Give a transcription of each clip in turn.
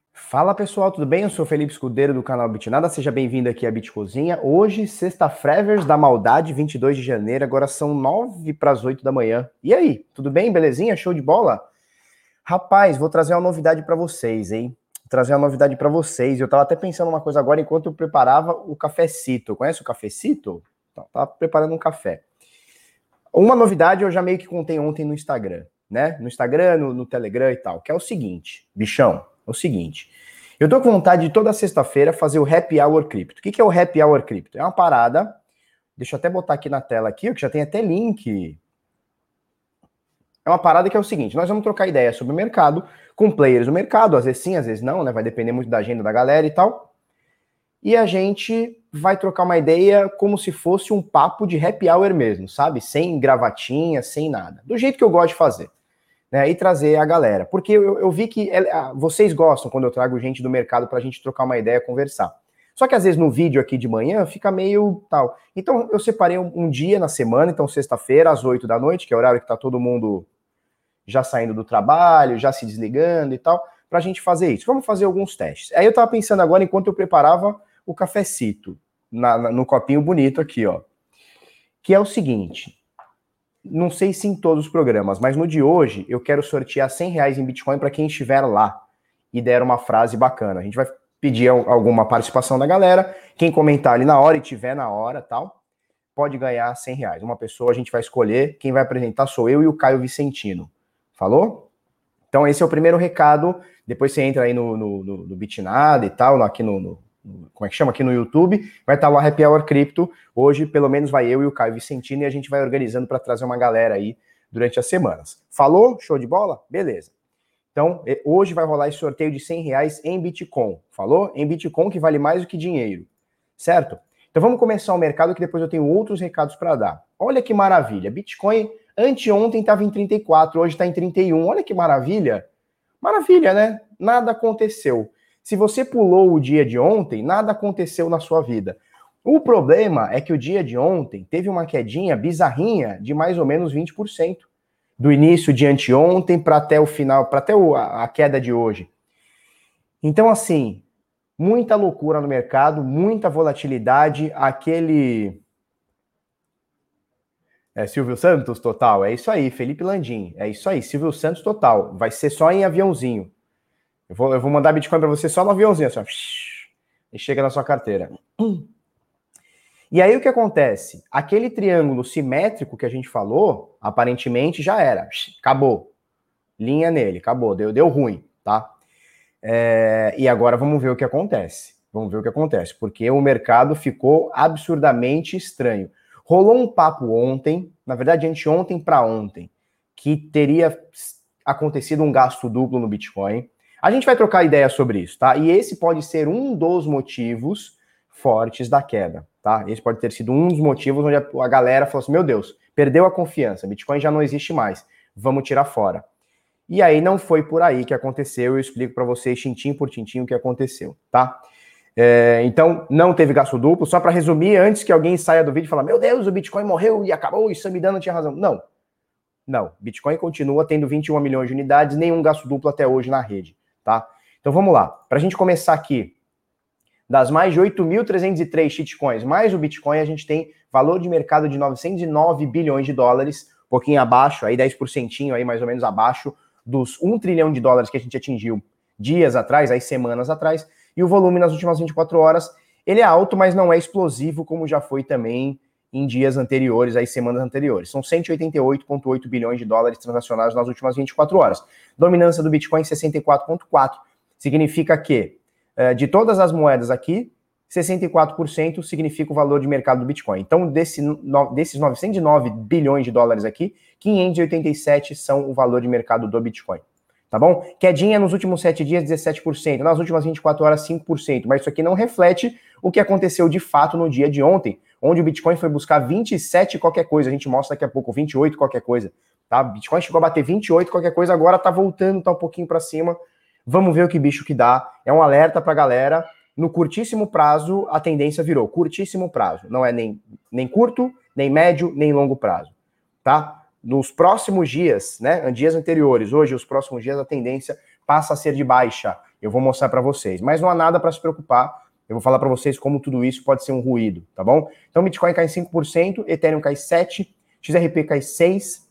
Fala pessoal, tudo bem? Eu sou o Felipe Escudeiro do canal Bitnada, seja bem-vindo aqui à Bitcozinha. Hoje, sexta-feira da maldade, 22 de janeiro, agora são 9 para as 8 da manhã. E aí, tudo bem? Belezinha? Show de bola? Rapaz, vou trazer uma novidade para vocês, hein? Vou trazer uma novidade para vocês. Eu tava até pensando uma coisa agora enquanto eu preparava o cafecito. Conhece o cafecito? Então, tava preparando um café. Uma novidade eu já meio que contei ontem no Instagram, né? No Instagram, no Telegram e tal, que é o seguinte, bichão, é o seguinte. Eu tô com vontade de toda sexta-feira fazer o Happy Hour Crypto. O que é o Happy Hour Crypto? É uma parada, deixa eu até botar aqui na tela aqui, que já tem até link. É uma parada que é o seguinte, nós vamos trocar ideia sobre o mercado, com players do mercado, às vezes sim, às vezes não, né? Vai depender muito da agenda da galera e tal. E a gente vai trocar uma ideia como se fosse um papo de happy hour mesmo, sabe? Sem gravatinha, sem nada. Do jeito que eu gosto de fazer. Né? E trazer a galera. Porque eu vi que vocês gostam quando eu trago gente do mercado pra gente trocar uma ideia, conversar. Só que às vezes no vídeo aqui de manhã fica meio tal. Então eu separei um dia na semana, então sexta-feira, às 8 da noite, que é o horário que tá todo mundo já saindo do trabalho, já se desligando e tal, pra gente fazer isso. Vamos fazer alguns testes. Aí eu tava pensando agora, enquanto eu preparava o cafecito no copinho bonito aqui, ó. Que é o seguinte, não sei se em todos os programas, mas no de hoje eu quero sortear R$100 em Bitcoin para quem estiver lá e der uma frase bacana. A gente vai pedir alguma participação da galera, quem comentar ali na hora e tiver na hora, tal, pode ganhar R$100. Uma pessoa a gente vai escolher, quem vai apresentar sou eu e o Caio Vicentino. Falou? Então esse é o primeiro recado, depois você entra aí no Bitnada e tal, aqui como é que chama? Aqui no YouTube, vai estar o Happy Hour Crypto. Hoje, pelo menos, vai eu e o Caio Vicentino e a gente vai organizando para trazer uma galera aí durante as semanas. Falou? Show de bola? Beleza. Então, hoje vai rolar esse sorteio de R$100 em Bitcoin. Falou? Em Bitcoin, que vale mais do que dinheiro. Certo? Então vamos começar o mercado, que depois eu tenho outros recados para dar. Olha que maravilha. Bitcoin, anteontem estava em 34, hoje está em 31. Olha que maravilha. Maravilha, né? Nada aconteceu. Se você pulou o dia de ontem, nada aconteceu na sua vida. O problema é que o dia de ontem teve uma quedinha bizarrinha de mais ou menos 20%. Do início de anteontem para até o final, para até a queda de hoje. Então, assim, muita loucura no mercado, muita volatilidade, aquele... Silvio Santos total, é isso aí, Felipe Landim, é isso aí, Silvio Santos total, vai ser só em aviãozinho. Eu vou mandar Bitcoin para você só no aviãozinho, assim, ó, e chega na sua carteira. E aí o que acontece? Aquele triângulo simétrico que a gente falou, aparentemente já era, acabou. Linha nele, acabou, deu ruim, tá? E agora vamos ver o que acontece. Vamos ver o que acontece, porque o mercado ficou absurdamente estranho. Rolou um papo ontem, na verdade anteontem para ontem, que teria acontecido um gasto duplo no Bitcoin. A gente vai trocar ideia sobre isso, tá? E esse pode ser um dos motivos fortes da queda, tá? Esse pode ter sido um dos motivos onde a galera falou assim, meu Deus, perdeu a confiança, Bitcoin já não existe mais, vamos tirar fora. E aí não foi por aí que aconteceu, eu explico para vocês tintim por tintim o que aconteceu, tá? Então, não teve gasto duplo, só para resumir, antes que alguém saia do vídeo e fale, meu Deus, o Bitcoin morreu e acabou, e Samidana tinha razão. Não, Bitcoin continua tendo 21 milhões de unidades, nenhum gasto duplo até hoje na rede, tá? Então vamos lá, para a gente começar aqui, das mais de 8.303 shitcoins, mais o Bitcoin, a gente tem valor de mercado de 909 bilhões de dólares, um pouquinho abaixo, aí 10% aí mais ou menos abaixo dos 1 trilhão de dólares que a gente atingiu dias atrás, aí semanas atrás, e o volume nas últimas 24 horas, ele é alto, mas não é explosivo, como já foi também em dias anteriores, aí semanas anteriores. São 188,8 bilhões de dólares transacionados nas últimas 24 horas. Dominância do Bitcoin 64,4. Significa que, de todas as moedas aqui, 64% significa o valor de mercado do Bitcoin. Então, desses 909 bilhões de dólares aqui, 587 são o valor de mercado do Bitcoin. Tá bom? Quedinha nos últimos 7 dias, 17%. Nas últimas 24 horas, 5%. Mas isso aqui não reflete o que aconteceu de fato no dia de ontem, onde o Bitcoin foi buscar 27 qualquer coisa. A gente mostra daqui a pouco 28 qualquer coisa. Tá? Bitcoin chegou a bater 28 qualquer coisa, agora tá voltando, tá um pouquinho para cima. Vamos ver o que bicho que dá. É um alerta pra galera. No curtíssimo prazo, a tendência virou curtíssimo prazo. Não é nem curto, nem médio, nem longo prazo. Tá? Nos próximos dias, né, dias anteriores, hoje, os próximos dias, a tendência passa a ser de baixa. Eu vou mostrar para vocês. Mas não há nada para se preocupar. Eu vou falar para vocês como tudo isso pode ser um ruído, tá bom? Então, Bitcoin cai 5%, Ethereum cai 7%, XRP cai 6%,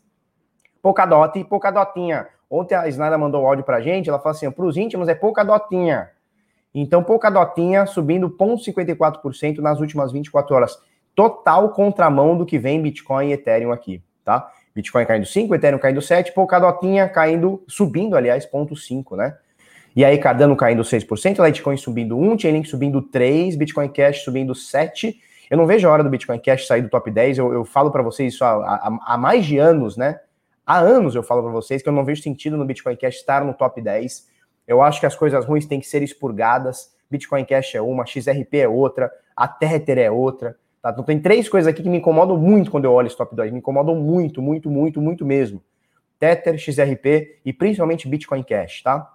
Polkadotinha. Ontem a Snada mandou o áudio pra gente, ela falou assim, para os íntimos é Polkadotinha. Então, Polkadotinha subindo 0,54% nas últimas 24 horas. Total contramão do que vem Bitcoin e Ethereum aqui, tá? Bitcoin caindo 5%, Ethereum caindo 7%, Polkadotinha subindo, aliás, 0,5%, né? E aí, Cardano caindo 6%, Litecoin subindo 1%, Chainlink subindo 3%, Bitcoin Cash subindo 7%. Eu não vejo a hora do Bitcoin Cash sair do top 10, eu falo para vocês isso há mais de anos, né? Há anos eu falo para vocês que eu não vejo sentido no Bitcoin Cash estar no top 10. Eu acho que as coisas ruins têm que ser expurgadas. Bitcoin Cash é uma, XRP é outra, a Tether é outra. Tá? Então tem 3 coisas aqui que me incomodam muito quando eu olho esse top 10. Me incomodam muito, muito, muito, muito mesmo. Tether, XRP e principalmente Bitcoin Cash, tá?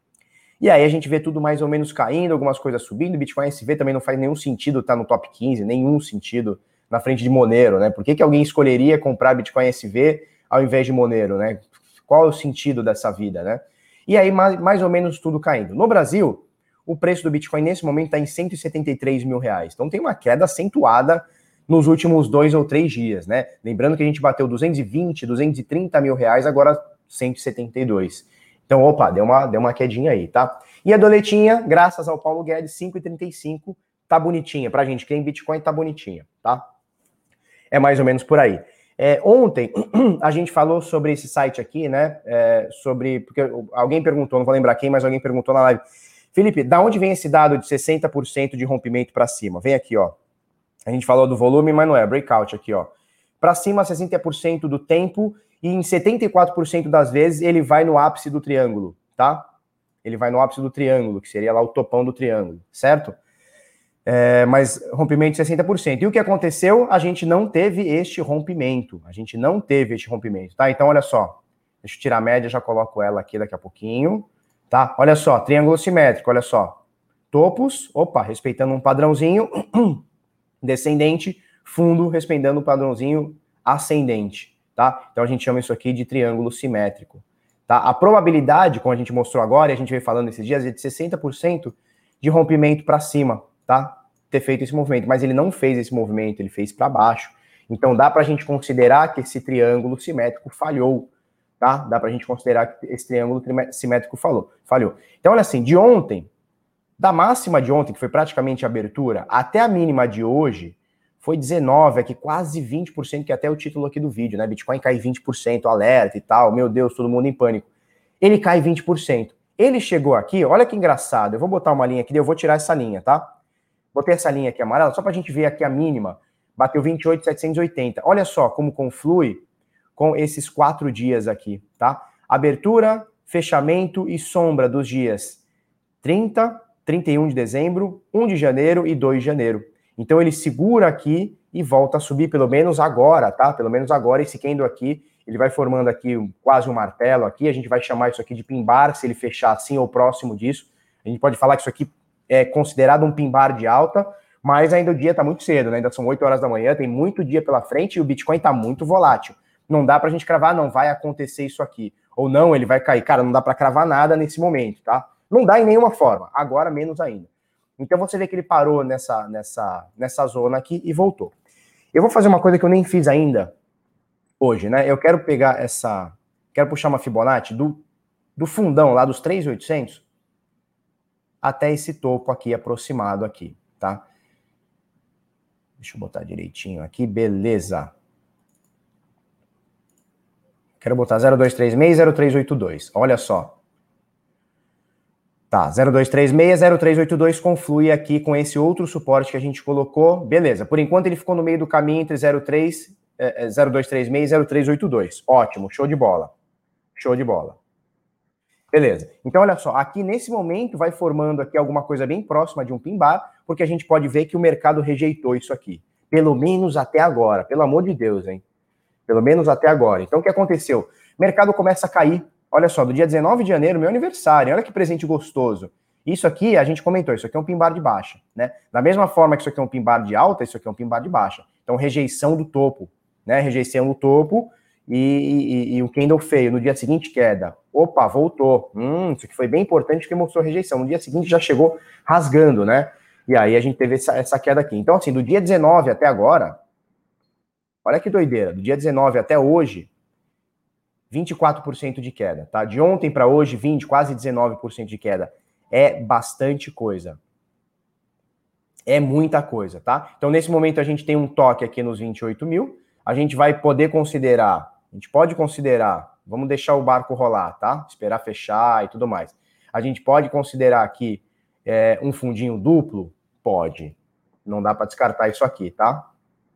E aí a gente vê tudo mais ou menos caindo, algumas coisas subindo. Bitcoin SV também não faz nenhum sentido estar no top 15, nenhum sentido na frente de Monero, né? Por que alguém escolheria comprar Bitcoin SV ao invés de Monero, né? Qual é o sentido dessa vida, né? E aí mais ou menos tudo caindo. No Brasil, o preço do Bitcoin nesse momento está em 173 mil reais. Então tem uma queda acentuada nos últimos 2 ou 3 dias, né? Lembrando que a gente bateu 220, 230 mil reais, agora 172. Então, opa, deu uma quedinha aí, tá? E a doletinha, graças ao Paulo Guedes, 5,35, tá bonitinha. Pra gente, quem Bitcoin tá bonitinha, tá? É mais ou menos por aí. Ontem, a gente falou sobre esse site aqui, né? Porque alguém perguntou, não vou lembrar quem, mas alguém perguntou na live. Felipe, da onde vem esse dado de 60% de rompimento para cima? Vem aqui, ó. A gente falou do volume, mas não é. Breakout aqui, ó. Para cima, 60% do tempo e em 74% das vezes ele vai no ápice do triângulo, tá? Ele vai no ápice do triângulo, que seria lá o topão do triângulo, certo? Mas rompimento de 60%. E o que aconteceu? A gente não teve este rompimento. Tá? Então, olha só. Deixa eu tirar a média, já coloco ela aqui daqui a pouquinho. Tá? Olha só, triângulo simétrico, olha só. Topos, opa, respeitando um padrãozinho descendente, fundo, respeitando um padrãozinho ascendente, tá? Então a gente chama isso aqui de triângulo simétrico, tá? A probabilidade, como a gente mostrou agora, e a gente veio falando esses dias, é de 60% de rompimento para cima, tá? Ter feito esse movimento, mas ele não fez esse movimento, ele fez para baixo. Então dá para a gente considerar que esse triângulo simétrico falhou, tá? Dá para a gente considerar que esse triângulo simétrico falhou. Então olha assim, de ontem, da máxima de ontem, que foi praticamente a abertura, até a mínima de hoje, foi 19, aqui quase 20%, que é até o título aqui do vídeo, né? Bitcoin cai 20%, alerta e tal, meu Deus, todo mundo em pânico. Ele cai 20%. Ele chegou aqui, olha que engraçado, eu vou botar uma linha aqui, eu vou tirar essa linha, tá? Botei essa linha aqui amarela, só pra gente ver aqui a mínima, bateu 28.780. Olha só como conflui com esses 4 dias aqui, tá? Abertura, fechamento e sombra dos dias 30, 31 de dezembro, 1 de janeiro e 2 de janeiro. Então ele segura aqui e volta a subir, pelo menos agora, tá? Pelo menos agora, esse candle aqui, ele vai formando aqui quase um martelo aqui, a gente vai chamar isso aqui de pin bar, se ele fechar assim ou próximo disso. A gente pode falar que isso aqui é considerado um pin bar de alta, mas ainda o dia tá muito cedo, né? Ainda são 8 horas da manhã, tem muito dia pela frente e o Bitcoin tá muito volátil. Não dá pra gente cravar, não vai acontecer isso aqui. Ou não, ele vai cair. Cara, não dá pra cravar nada nesse momento, tá? Não dá em nenhuma forma, agora menos ainda. Então você vê que ele parou nessa zona aqui e voltou. Eu vou fazer uma coisa que eu nem fiz ainda hoje, né? Eu quero pegar quero puxar uma Fibonacci do fundão lá dos 3.800 até esse topo aqui aproximado aqui, tá? Deixa eu botar direitinho aqui, beleza. Quero botar 0,236, 0,382, olha só. Tá, 0,236, 0,382 conflui aqui com esse outro suporte que a gente colocou. Beleza, por enquanto ele ficou no meio do caminho entre 0,236 e 0,382. Ótimo, show de bola. Show de bola. Beleza, então olha só, aqui nesse momento vai formando aqui alguma coisa bem próxima de um pin bar, porque a gente pode ver que o mercado rejeitou isso aqui. Pelo menos até agora, pelo amor de Deus, hein? Pelo menos até agora. Então o que aconteceu? O mercado começa a cair. Olha só, do dia 19 de janeiro, meu aniversário, olha que presente gostoso. Isso aqui, a gente comentou, isso aqui é um pin bar de baixa, né? Da mesma forma que isso aqui é um pin bar de alta, isso aqui é um pin bar de baixa. Então, rejeição do topo, né? Rejeição do topo e o candle feio. No dia seguinte, queda. Opa, voltou. Isso aqui foi bem importante porque mostrou rejeição. No dia seguinte já chegou rasgando, né? E aí a gente teve essa queda aqui. Então, assim, do dia 19 até agora, olha que doideira. Do dia 19 até hoje, 24% de queda, tá? De ontem para hoje, 20, quase 19% de queda. É bastante coisa. É muita coisa, tá? Então, nesse momento, a gente tem um toque aqui nos 28 mil. A gente vai poder considerar, a gente pode considerar, vamos deixar o barco rolar, tá? Esperar fechar e tudo mais. A gente pode considerar aqui um fundinho duplo? Pode. Não dá para descartar isso aqui, tá?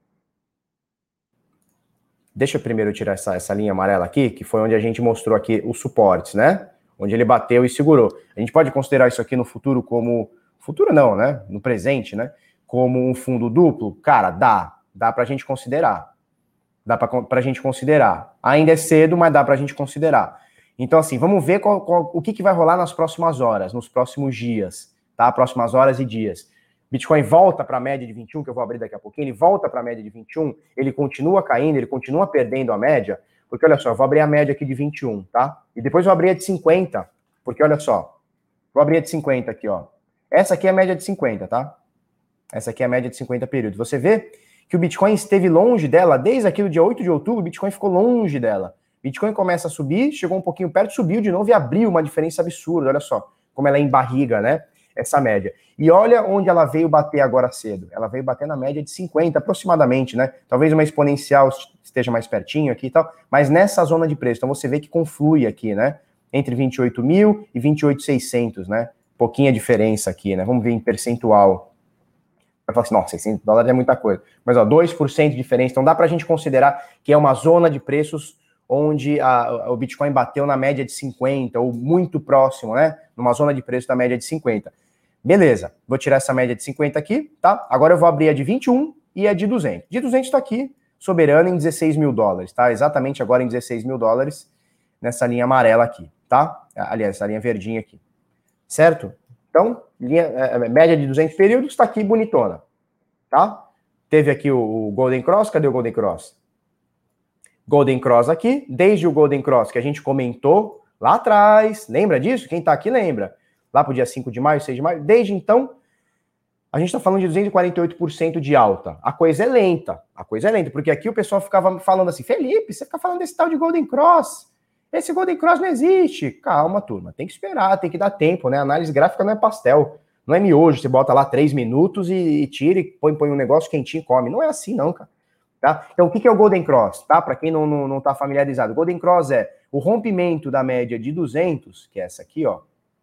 Deixa eu primeiro tirar essa linha amarela aqui, que foi onde a gente mostrou aqui os suportes, né? Onde ele bateu e segurou. A gente pode considerar isso aqui no futuro como... Futuro não, né? No presente, né? Como um fundo duplo? Cara, dá pra gente considerar. Dá pra gente considerar. Ainda é cedo, mas dá pra gente considerar. Então, assim, vamos ver o que vai rolar nas próximas horas, nos próximos dias, tá? Próximas horas e dias. Bitcoin volta para a média de 21, que eu vou abrir daqui a pouquinho, ele volta para a média de 21, ele continua caindo, ele continua perdendo a média, porque olha só, eu vou abrir a média aqui de 21, tá? E depois eu vou abrir a de 50, porque olha só, vou abrir a de 50 aqui, ó. Essa aqui é a média de 50, tá? Essa aqui é a média de 50 períodos. Você vê que o Bitcoin esteve longe dela, desde aqui o dia 8 de outubro, o Bitcoin ficou longe dela. Bitcoin começa a subir, chegou um pouquinho perto, subiu de novo e abriu uma diferença absurda, olha só, como ela é em barriga, né? Essa média. E olha onde ela veio bater agora cedo. Ela veio bater na média de 50, aproximadamente, né? Talvez uma exponencial esteja mais pertinho aqui e tal, mas nessa zona de preço. Então você vê que conflui aqui, né? Entre 28 mil e 28.600, né? Pouquinha diferença aqui, né? Vamos ver em percentual. Vai falar assim, nossa, $600 é muita coisa. Mas, ó, 2% de diferença. Então dá pra gente considerar que é uma zona de preços onde o Bitcoin bateu na média de 50, ou muito próximo, né? Numa zona de preço da média de 50. Beleza, vou tirar essa média de 50 aqui, tá? Agora eu vou abrir a de 21 e a de 200. De 200 tá aqui, soberano em $16 mil, tá? Exatamente agora em $16 mil, nessa linha amarela aqui, tá? Aliás, essa linha verdinha aqui, certo? Então, média de 200 períodos tá aqui bonitona, tá? Teve aqui o Golden Cross, cadê o Golden Cross? Golden Cross aqui, desde o Golden Cross que a gente comentou lá atrás, lembra disso? Quem tá aqui lembra. Lá pro dia 5 de maio, 6 de maio, desde então, a gente tá falando de 248% de alta. A coisa é lenta, porque aqui o pessoal ficava falando assim, Felipe, você fica falando desse tal de Golden Cross, esse Golden Cross não existe. Calma, turma, tem que esperar, tem que dar tempo, né? A análise gráfica não é pastel, não é miojo, você bota lá 3 minutos e tira e põe um negócio quentinho e come. Não é assim não, cara. Tá? Então, o que é o Golden Cross? Tá? Para quem não tá familiarizado, o Golden Cross é o rompimento da média de 200, que é essa aqui, ó,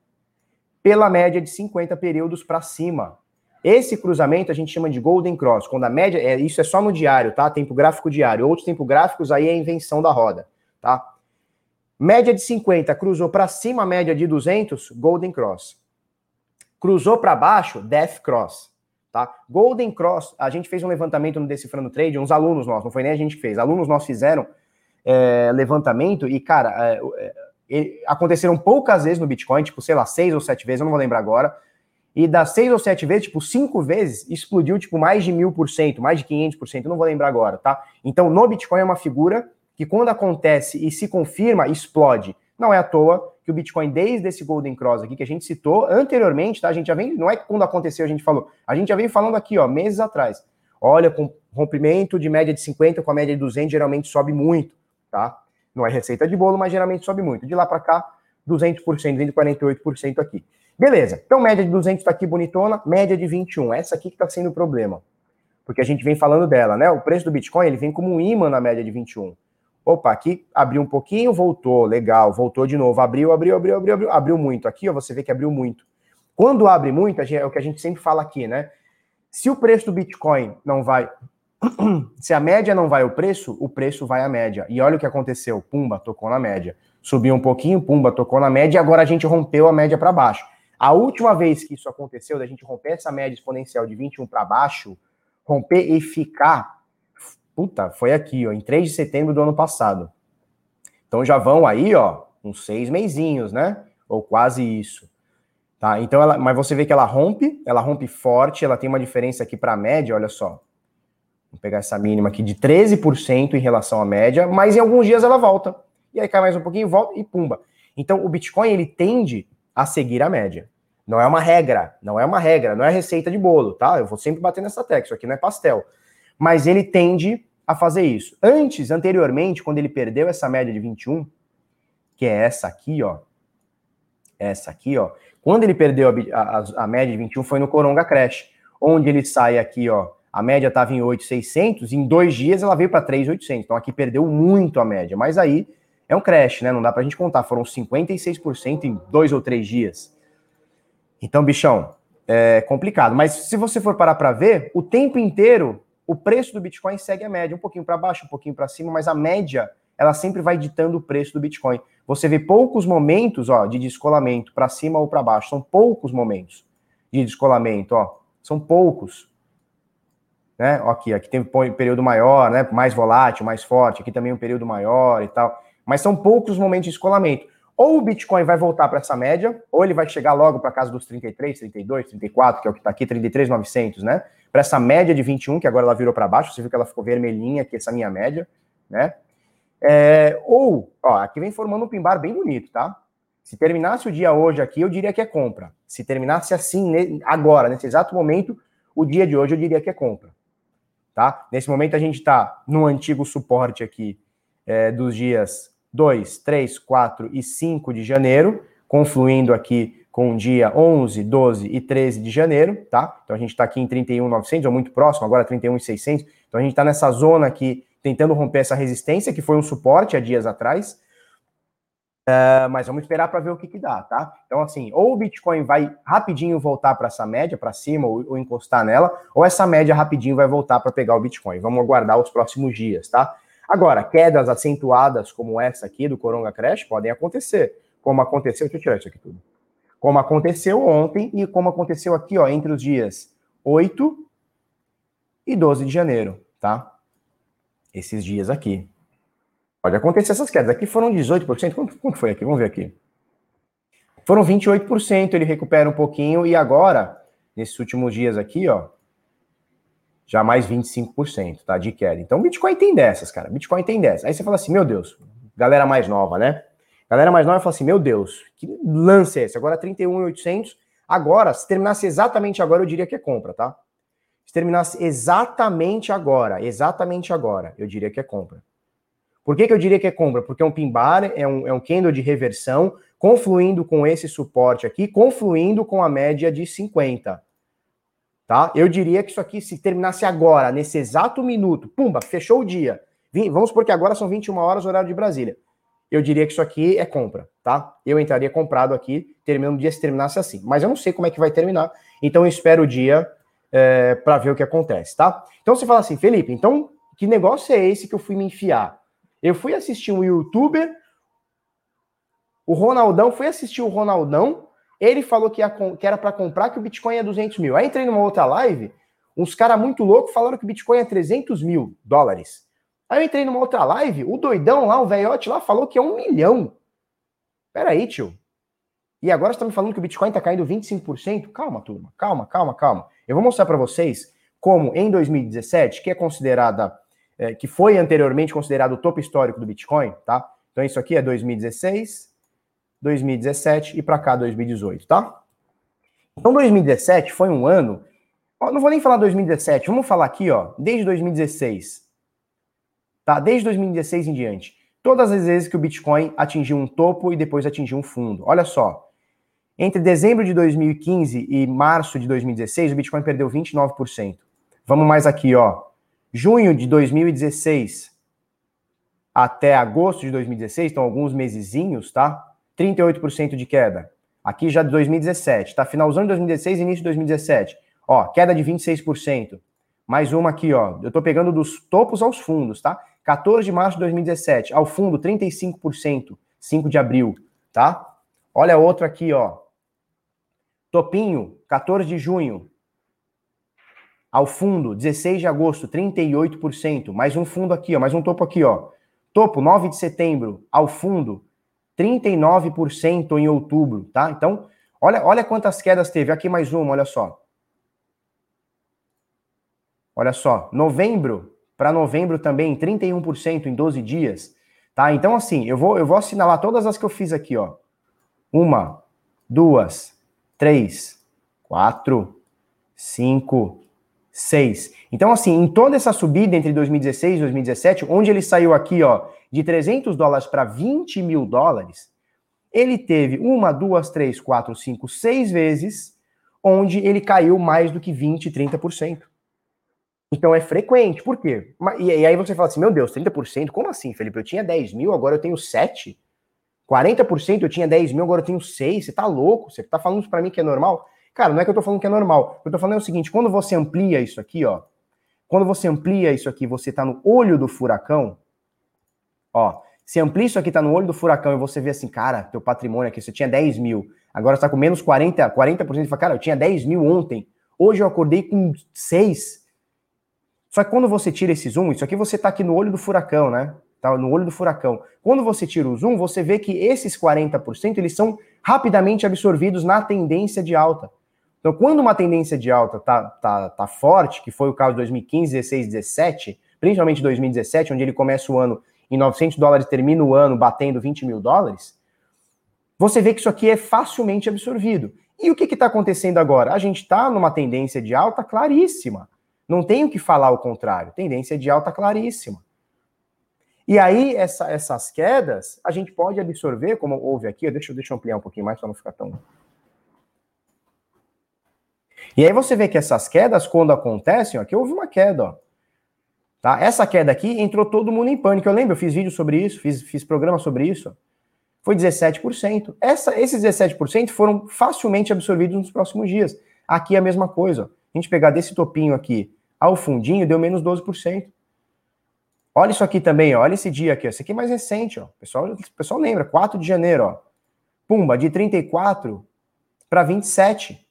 pela média de 50 períodos para cima. Esse cruzamento a gente chama de Golden Cross, quando a média, isso é só no diário, tá? Tempo gráfico diário. Outros tempos gráficos aí é a invenção da roda, tá? Média de 50, cruzou para cima a média de 200, Golden Cross. Cruzou para baixo, Death Cross, tá? Golden Cross, a gente fez um levantamento no Decifrando Trade, uns alunos nossos, não foi nem a gente que fez, alunos nossos fizeram levantamento e, cara, aconteceram poucas vezes no Bitcoin, tipo, sei lá, 6 ou 7 vezes, eu não vou lembrar agora, e das 6 ou 7 vezes, tipo, 5 vezes, explodiu, tipo, mais de 1000%, mais de 500%, eu não vou lembrar agora, tá? Então, no Bitcoin é uma figura que quando acontece e se confirma, explode. Não é à toa que o Bitcoin, desde esse Golden Cross aqui, que a gente citou anteriormente, tá? A gente já vem, não é que quando aconteceu a gente falou, a gente já veio falando aqui, ó, meses atrás. Olha, com rompimento de média de 50 com a média de 200, geralmente sobe muito, tá? Não é receita de bolo, mas geralmente sobe muito. De lá para cá, 200%, 248% aqui. Beleza, então média de 200 tá aqui bonitona, média de 21, essa aqui que tá sendo o problema. Porque a gente vem falando dela, né? O preço do Bitcoin, ele vem como um imã na média de 21. Opa, aqui abriu um pouquinho, voltou, legal, voltou de novo, abriu muito. Aqui, ó, você vê que abriu muito. Quando abre muito, é o que a gente sempre fala aqui, né? Se o preço do Bitcoin não vai... Se a média não vai ao preço, o preço vai à média. E olha o que aconteceu, pumba, tocou na média. Subiu um pouquinho, pumba, tocou na média, e agora a gente rompeu a média para baixo. A última vez que isso aconteceu, da gente romper essa média exponencial de 21 para baixo, romper e ficar... Puta, foi aqui, ó, em 3 de setembro do ano passado. Então já vão aí, ó, uns 6 mesinhos, né? Ou quase isso. Tá? Então mas você vê que ela rompe forte, ela tem uma diferença aqui para a média, olha só. Vou pegar essa mínima aqui de 13% em relação à média, mas em alguns dias ela volta. E aí cai mais um pouquinho, volta e pumba. Então o Bitcoin, ele tende a seguir a média. Não é uma regra, não é receita de bolo, tá? Eu vou sempre bater nessa tecla, isso aqui não é pastel. Mas ele tende a fazer isso. Anteriormente, quando ele perdeu essa média de 21, que é essa aqui, ó, quando ele perdeu a média de 21 foi no Coronga Crash, onde ele sai aqui, ó, a média estava em 8.600, em 2 dias ela veio para 3.800, então aqui perdeu muito a média, mas aí é um crash, né, não dá pra gente contar, foram 56% em 2 ou 3 dias. Então, bichão, é complicado, mas se você for parar para ver, o tempo inteiro, o preço do Bitcoin segue a média, um pouquinho para baixo, um pouquinho para cima, mas a média, ela sempre vai ditando o preço do Bitcoin. Você vê poucos momentos, ó, de descolamento para cima ou para baixo, são poucos momentos de descolamento, ó, são poucos. Né? Aqui tem um período maior, né? Mais volátil, mais forte, aqui também um período maior e tal, mas são poucos momentos de descolamento. Ou o Bitcoin vai voltar para essa média, ou ele vai chegar logo para casa dos 33, 32, 34, que é o que está aqui, 33.900, né? Para essa média de 21, que agora ela virou para baixo, você viu que ela ficou vermelhinha aqui, essa minha média, né? Aqui vem formando um pin-bar bem bonito, tá? Se terminasse o dia hoje aqui, eu diria que é compra. Se terminasse assim, agora, nesse exato momento, o dia de hoje, eu diria que é compra. Tá? Nesse momento, a gente está no antigo suporte aqui dos dias 2, 3, 4 e 5 de janeiro, confluindo aqui com o dia 11, 12 e 13 de janeiro, tá? Então, a gente está aqui em 31.900, ou muito próximo, agora 31.600. Então, a gente está nessa zona aqui, tentando romper essa resistência, que foi um suporte há dias atrás, mas vamos esperar para ver o que dá, tá? Então, assim, ou o Bitcoin vai rapidinho voltar para essa média, para cima, ou encostar nela, ou essa média rapidinho vai voltar para pegar o Bitcoin. Vamos aguardar os próximos dias, tá? Agora, quedas acentuadas como essa aqui do Coronga Crash podem acontecer, como aconteceu, deixa eu tirar isso aqui tudo, como aconteceu ontem e como aconteceu aqui, ó, entre os dias 8 e 12 de janeiro, tá? Esses dias aqui. Pode acontecer essas quedas. Aqui foram 18%. Quanto foi aqui? Vamos ver aqui. Foram 28%, ele recupera um pouquinho. E agora, nesses últimos dias aqui, ó, já mais 25%, tá? De queda. Então, Bitcoin tem dessas, cara. Bitcoin tem dessas. Aí você fala assim, meu Deus, galera mais nova, né? Galera mais nova fala assim, meu Deus, que lance é esse? Agora 31.800. Agora, se terminasse exatamente agora, eu diria que é compra, tá? Se terminasse exatamente agora, eu diria que é compra. Por que eu diria que é compra? Porque é um pin-bar, é um candle de reversão, confluindo com esse suporte aqui, confluindo com a média de 50. Tá? Eu diria que isso aqui, se terminasse agora, nesse exato minuto, pumba, fechou o dia. Vamos supor que agora são 21 horas, horário de Brasília. Eu diria que isso aqui é compra, tá? Eu entraria comprado aqui, terminando o dia se terminasse assim. Mas eu não sei como é que vai terminar, então eu espero o dia para ver o que acontece, tá? Então você fala assim, Felipe, então que negócio é esse que eu fui me enfiar? Eu fui assistir um youtuber, fui assistir o Ronaldão, ele falou que era para comprar, que o Bitcoin é 200 mil. Aí entrei numa outra live, uns caras muito loucos falaram que o Bitcoin é 300 mil dólares. Aí eu entrei numa outra live, o doidão lá, o velhote lá, falou que é 1 milhão. Peraí, tio. E agora você tá me falando que o Bitcoin tá caindo 25%? Calma, turma, calma. Eu vou mostrar para vocês como em 2017, que é considerada que foi anteriormente considerado o topo histórico do Bitcoin, tá? Então isso aqui é 2016, 2017 e para cá 2018, tá? Então 2017 foi um ano, não vou nem falar 2017, vamos falar aqui, ó, desde 2016, tá? Desde 2016 em diante. Todas as vezes que o Bitcoin atingiu um topo e depois atingiu um fundo. Olha só, entre dezembro de 2015 e março de 2016, o Bitcoin perdeu 29%. Vamos mais aqui, ó. Junho de 2016 até agosto de 2016, então alguns mesezinhos, tá? 38% de queda. Aqui já de 2017, tá? Finalzão de 2016, início de 2017. Ó, queda de 26%. Mais uma aqui, ó. Eu tô pegando dos topos aos fundos, tá? 14 de março de 2017, ao fundo 35%, 5 de abril, tá? Olha outra aqui, ó. Topinho, 14 de junho. Ao fundo, 16 de agosto, 38%. Mais um fundo aqui, ó, mais um topo aqui, ó. Topo, 9 de setembro, ao fundo, 39% em outubro, tá? Então, olha quantas quedas teve. Aqui mais uma, olha só. Olha só, novembro para novembro também, 31% em 12 dias, tá? Então, assim, eu vou assinalar todas as que eu fiz aqui, ó. 1, 2, 3, 4, 5, 6. Então, assim, em toda essa subida entre 2016 e 2017, onde ele saiu aqui, ó, de $300 para $20 mil, ele teve 1, 2, 3, 4, 5, 6 vezes onde ele caiu mais do que 20, 30%. Então é frequente. Por quê? E aí você fala assim, meu Deus, 30%? Como assim, Felipe? Eu tinha 10 mil, agora eu tenho 7? 40% eu tinha 10 mil, agora eu tenho 6? Você tá louco? Você tá falando isso pra mim que é normal? Cara, não é que eu tô falando que é normal. O que eu tô falando é o seguinte, quando você amplia isso aqui, ó, quando você amplia isso aqui, você tá no olho do furacão, ó, se amplia isso aqui, tá no olho do furacão e você vê assim, cara, teu patrimônio aqui, você tinha 10 mil, agora você tá com menos 40%, e fala, cara, eu tinha 10 mil ontem, hoje eu acordei com 6. Só que quando você tira esse zoom, isso aqui você tá aqui no olho do furacão, né? Tá no olho do furacão. Quando você tira o zoom, você vê que esses 40%, eles são rapidamente absorvidos na tendência de alta. Então, quando uma tendência de alta tá forte, que foi o caso de 2015, 16, 17, principalmente 2017, onde ele começa o ano em $900 e termina o ano batendo $20 mil, você vê que isso aqui é facilmente absorvido. E o que está acontecendo agora? A gente está numa tendência de alta claríssima. Não tenho que falar o contrário. Tendência de alta claríssima. E aí, essas quedas, a gente pode absorver, como houve aqui. Deixa eu ampliar um pouquinho mais para não ficar tão... E aí você vê que essas quedas, quando acontecem, ó, aqui houve uma queda, ó. Tá? Essa queda aqui, entrou todo mundo em pânico. Eu lembro, eu fiz vídeo sobre isso, fiz programa sobre isso. Ó. Foi 17%. Esses 17% foram facilmente absorvidos nos próximos dias. Aqui é a mesma coisa. Ó. A gente pegar desse topinho aqui ao fundinho, deu menos 12%. Olha isso aqui também, ó. Olha esse dia aqui. Ó. Esse aqui é mais recente. Ó. O pessoal lembra, 4 de janeiro. Ó. Pumba, de 34 para 27.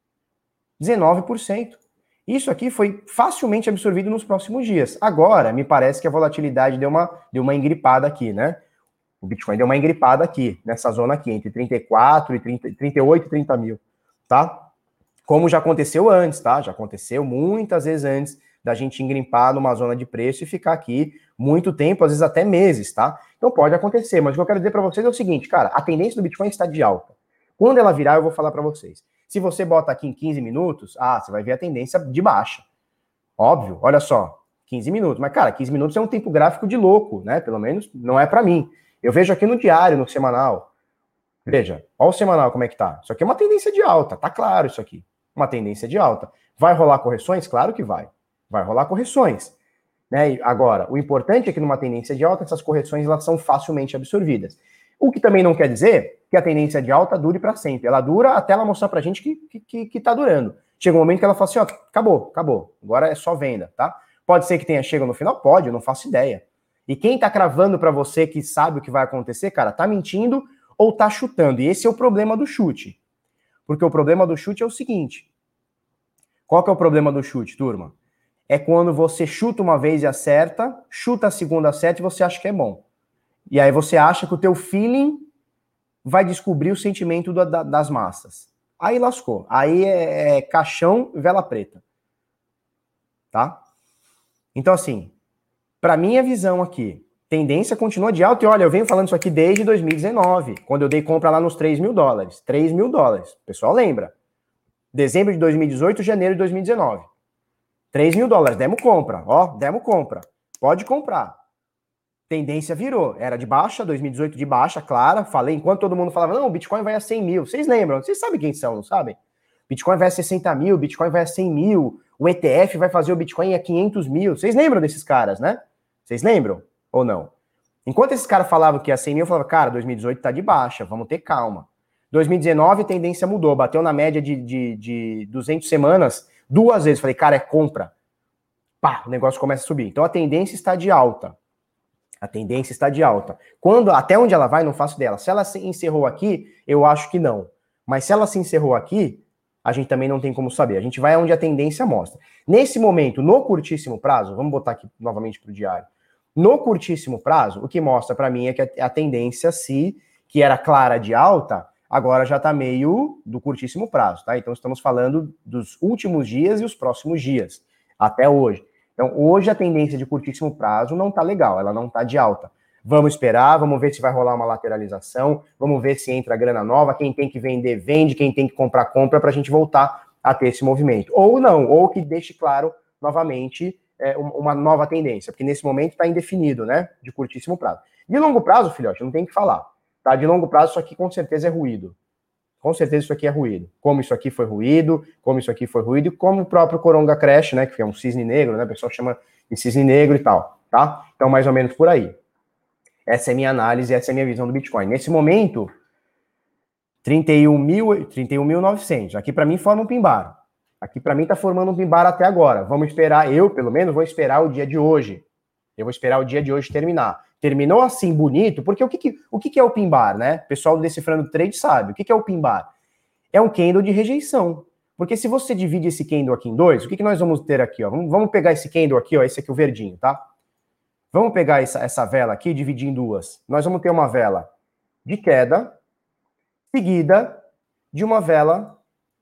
19%. Isso aqui foi facilmente absorvido nos próximos dias. Agora, me parece que a volatilidade deu uma engripada aqui, né? O Bitcoin deu uma engripada aqui, nessa zona aqui, entre 34 e 38 e 30 mil, tá? Como já aconteceu antes, tá? Já aconteceu muitas vezes antes da gente engrimpar numa zona de preço e ficar aqui muito tempo, às vezes até meses, tá? Então pode acontecer, mas o que eu quero dizer para vocês é o seguinte, cara, a tendência do Bitcoin está de alta. Quando ela virar, eu vou falar para vocês. Se você bota aqui em 15 minutos, você vai ver a tendência de baixa. Óbvio, olha só, 15 minutos. Mas, cara, 15 minutos é um tempo gráfico de louco, né? Pelo menos não é para mim. Eu vejo aqui no diário, no semanal. Veja, olha o semanal como é que tá. Isso aqui é uma tendência de alta, tá claro isso aqui. Uma tendência de alta. Vai rolar correções? Claro que vai. Vai rolar correções. Né? Agora, o importante é que numa tendência de alta, essas correções elas são facilmente absorvidas. O que também não quer dizer que a tendência de alta dure para sempre. Ela dura até ela mostrar pra gente que tá durando. Chega um momento que ela fala assim, ó, acabou. Agora é só venda, tá? Pode ser que tenha chegado no final? Pode, eu não faço ideia. E quem tá cravando para você que sabe o que vai acontecer, cara, tá mentindo ou tá chutando. E esse é o problema do chute. Porque o problema do chute é o seguinte. Qual que é o problema do chute, turma? É quando você chuta uma vez e acerta, chuta a segunda acerta e você acha que é bom. E aí você acha que o teu feeling vai descobrir o sentimento das massas. Aí lascou. Aí é caixão e vela preta. Tá? Então, assim, para minha visão aqui, tendência continua de alta. E olha, eu venho falando isso aqui desde 2019, quando eu dei compra lá nos $3 mil. $3 mil. O pessoal lembra. Dezembro de 2018, janeiro de 2019. $3 mil. Demos compra. Ó, demos compra. Pode comprar. Tendência virou. Era de baixa, 2018 de baixa, clara. Falei, enquanto todo mundo falava, não, o Bitcoin vai a 100 mil. Vocês lembram? Vocês sabem quem são, não sabem? Bitcoin vai a 60 mil, Bitcoin vai a 100 mil. O ETF vai fazer o Bitcoin a 500 mil. Vocês lembram desses caras, né? Vocês lembram? Ou não? Enquanto esses caras falavam que ia 100 mil, eu falava, cara, 2018 tá de baixa, vamos ter calma. 2019, tendência mudou. Bateu na média de 200 semanas 2 vezes. Falei, cara, é compra. Pá, o negócio começa a subir. Então a tendência está de alta. A tendência está de alta. Até onde ela vai, não faço dela. Se ela se encerrou aqui, eu acho que não. Mas se ela se encerrou aqui, a gente também não tem como saber. A gente vai onde a tendência mostra. Nesse momento, no curtíssimo prazo, vamos botar aqui novamente para o diário. No curtíssimo prazo, o que mostra para mim é que a tendência, que era clara de alta, agora já está meio do curtíssimo prazo, tá? Então estamos falando dos últimos dias e os próximos dias. Até hoje. Então, hoje a tendência de curtíssimo prazo não está legal, ela não está de alta. Vamos esperar, vamos ver se vai rolar uma lateralização, vamos ver se entra grana nova, quem tem que vender, vende, quem tem que comprar, compra, para a gente voltar a ter esse movimento. Ou não, ou que deixe claro novamente uma nova tendência, porque nesse momento está indefinido, né, de curtíssimo prazo. De longo prazo, filhote, não tem o que falar. Tá? De longo prazo, isso aqui com certeza é ruído. Com certeza isso aqui é ruído. Como isso aqui foi ruído, como isso aqui foi ruído, e como o próprio Coronga Crash, né, que é um cisne negro, né, o pessoal chama de cisne negro e tal, tá? Então, mais ou menos por aí. Essa é a minha análise, essa é a minha visão do Bitcoin. Nesse momento, 31.900. Aqui para mim forma um pimbar. Aqui para mim tá formando um pimbar até agora. Vamos esperar, eu pelo menos vou esperar o dia de hoje. Eu vou esperar o dia de hoje terminar. Terminou assim bonito, porque o que é o pimbar, né? O pessoal do Decifrando Trade sabe. O que é o pimbar? É um candle de rejeição. Porque se você divide esse candle aqui em dois, o que nós vamos ter aqui? Ó? Vamos pegar esse candle aqui, ó, esse aqui o verdinho, tá? Vamos pegar essa vela aqui e dividir em duas. Nós vamos ter uma vela de queda, seguida de uma vela...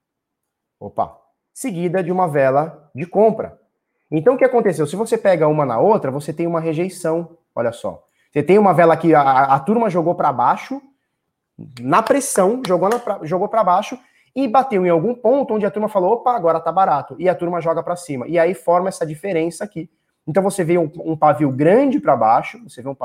seguida de uma vela de compra. Então, o que aconteceu? Se você pega uma na outra, você tem uma rejeição. Olha só. Você tem uma vela que a turma jogou para baixo, na pressão, jogou para baixo e bateu em algum ponto onde a turma falou, opa, agora tá barato. E a turma joga para cima. E aí forma essa diferença aqui. Então, você vê um pavio grande para baixo,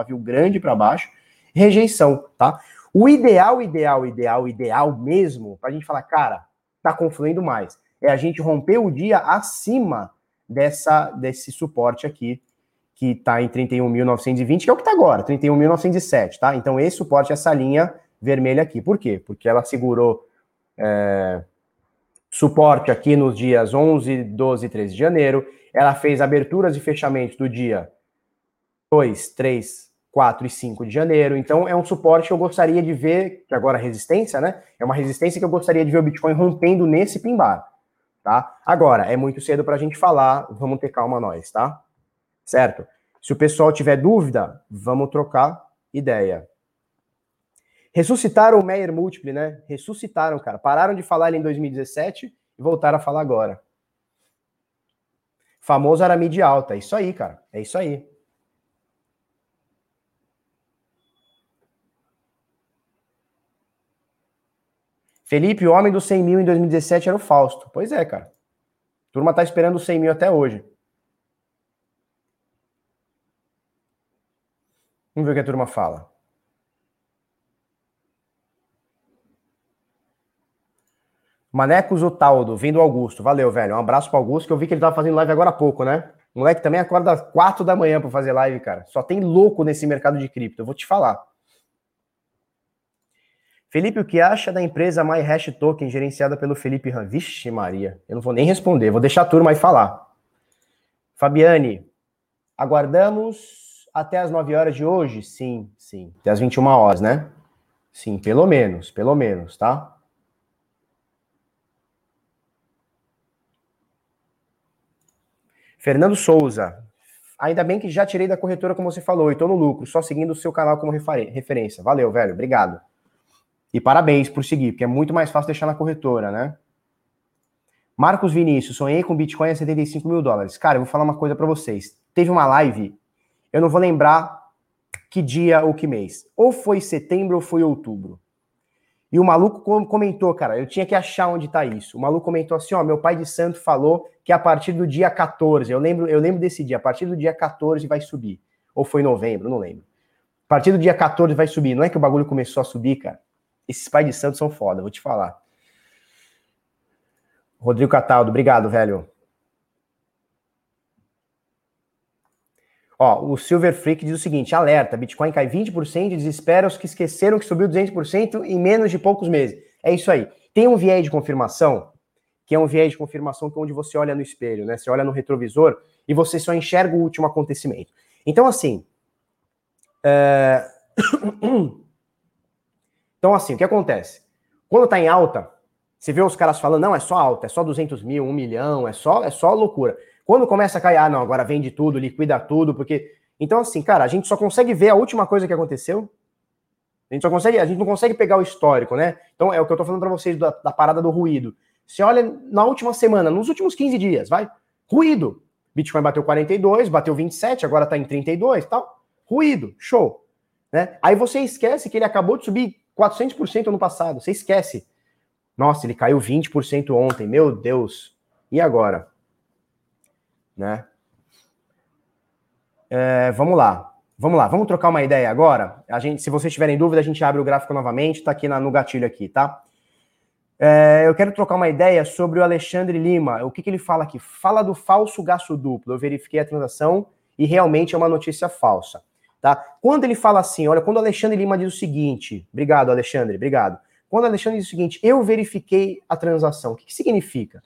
rejeição, tá? O ideal mesmo, pra gente falar, cara, tá confluindo mais, é a gente romper o dia acima desse suporte aqui, que tá em 31.920, que é o que tá agora, 31.907, tá? Então esse suporte é essa linha vermelha aqui. Por quê? Porque ela segurou suporte aqui nos dias 11, 12 e 13 de janeiro, ela fez aberturas e fechamentos do dia 2, 3, 4 e 5 de janeiro, então é um suporte que eu gostaria de ver, que agora é resistência, né? É uma resistência que eu gostaria de ver o Bitcoin rompendo nesse pimbar. Tá? Agora, é muito cedo para a gente falar, vamos ter calma nós, tá? Certo? Se o pessoal tiver dúvida, vamos trocar ideia. Ressuscitaram o Meyer Multiple, né? Ressuscitaram, cara. Pararam de falar ele em 2017 e voltaram a falar agora. Famoso Aramide alta. É isso aí, cara. É isso aí. Felipe, o homem dos 100 mil em 2017 era o Fausto. Pois é, cara. A turma tá esperando os 100 mil até hoje. Vamos ver o que a turma fala. Manecos Otaldo, vindo Augusto. Valeu, velho. Um abraço pro Augusto, que eu vi que ele tava fazendo live agora há pouco, né? O moleque também acorda às 4 da manhã pra fazer live, cara. Só tem louco nesse mercado de cripto, eu vou te falar. Felipe, o que acha da empresa MyHash Token, gerenciada pelo Felipe Ram? Vixe Maria, eu não vou nem responder, vou deixar a turma aí falar. Fabiane, aguardamos até as 9 horas de hoje? Sim, sim. Até as 21 horas, né? Sim, pelo menos, tá? Fernando Souza, ainda bem que já tirei da corretora, como você falou, e tô no lucro, só seguindo o seu canal como referência. Valeu, velho, obrigado. E parabéns por seguir, porque é muito mais fácil deixar na corretora, né? Marcos Vinícius, sonhei com Bitcoin a 75 mil dólares. Cara, eu vou falar uma coisa pra vocês. Teve uma live, eu não vou lembrar que dia ou que mês. Ou foi setembro ou foi outubro. E o maluco comentou, cara, eu tinha que achar onde tá isso. O maluco comentou assim, ó, meu pai de santo falou que a partir do dia 14, eu lembro desse dia, a partir do dia 14 vai subir. Ou foi novembro, não lembro. A partir do dia 14 vai subir. Não é que o bagulho começou a subir, cara? Esses pais de santo são foda, vou te falar. Rodrigo Cataldo, obrigado, velho. Ó, o Silver Freak diz o seguinte, alerta, Bitcoin cai 20% e desespera os que esqueceram que subiu 200% em menos de poucos meses. É isso aí. Tem um viés de confirmação, que é um viés de confirmação que é onde você olha no espelho, né? Você olha no retrovisor e você só enxerga o último acontecimento. Então, assim... Então, assim, o que acontece? Quando tá em alta, você vê os caras falando, não, é só alta, é só 200 mil, 1 milhão, é só loucura. Quando começa a cair, não, agora vende tudo, liquida tudo, porque... Então, assim, cara, a gente só consegue ver a última coisa que aconteceu. A gente não consegue pegar o histórico, né? Então, é o que eu tô falando pra vocês da parada do ruído. Você olha na última semana, nos últimos 15 dias, vai, ruído. Bitcoin bateu 42, bateu 27, agora está em 32 e tal. Ruído, show. Né? Aí você esquece que ele acabou de subir 400% no passado. Você esquece. Nossa, ele caiu 20% ontem. Meu Deus. E agora? Né? Vamos lá. Vamos trocar uma ideia agora? Se vocês tiverem dúvida, a gente abre o gráfico novamente. Tá aqui no gatilho aqui, tá? Eu quero trocar uma ideia sobre o Alexandre Lima. O que ele fala aqui? Fala do falso gasto duplo. Eu verifiquei a transação e realmente é uma notícia falsa. Tá? Quando ele fala assim, olha, quando o Alexandre Lima diz o seguinte, obrigado, Alexandre, obrigado. Quando o Alexandre diz o seguinte, eu verifiquei a transação, o que significa?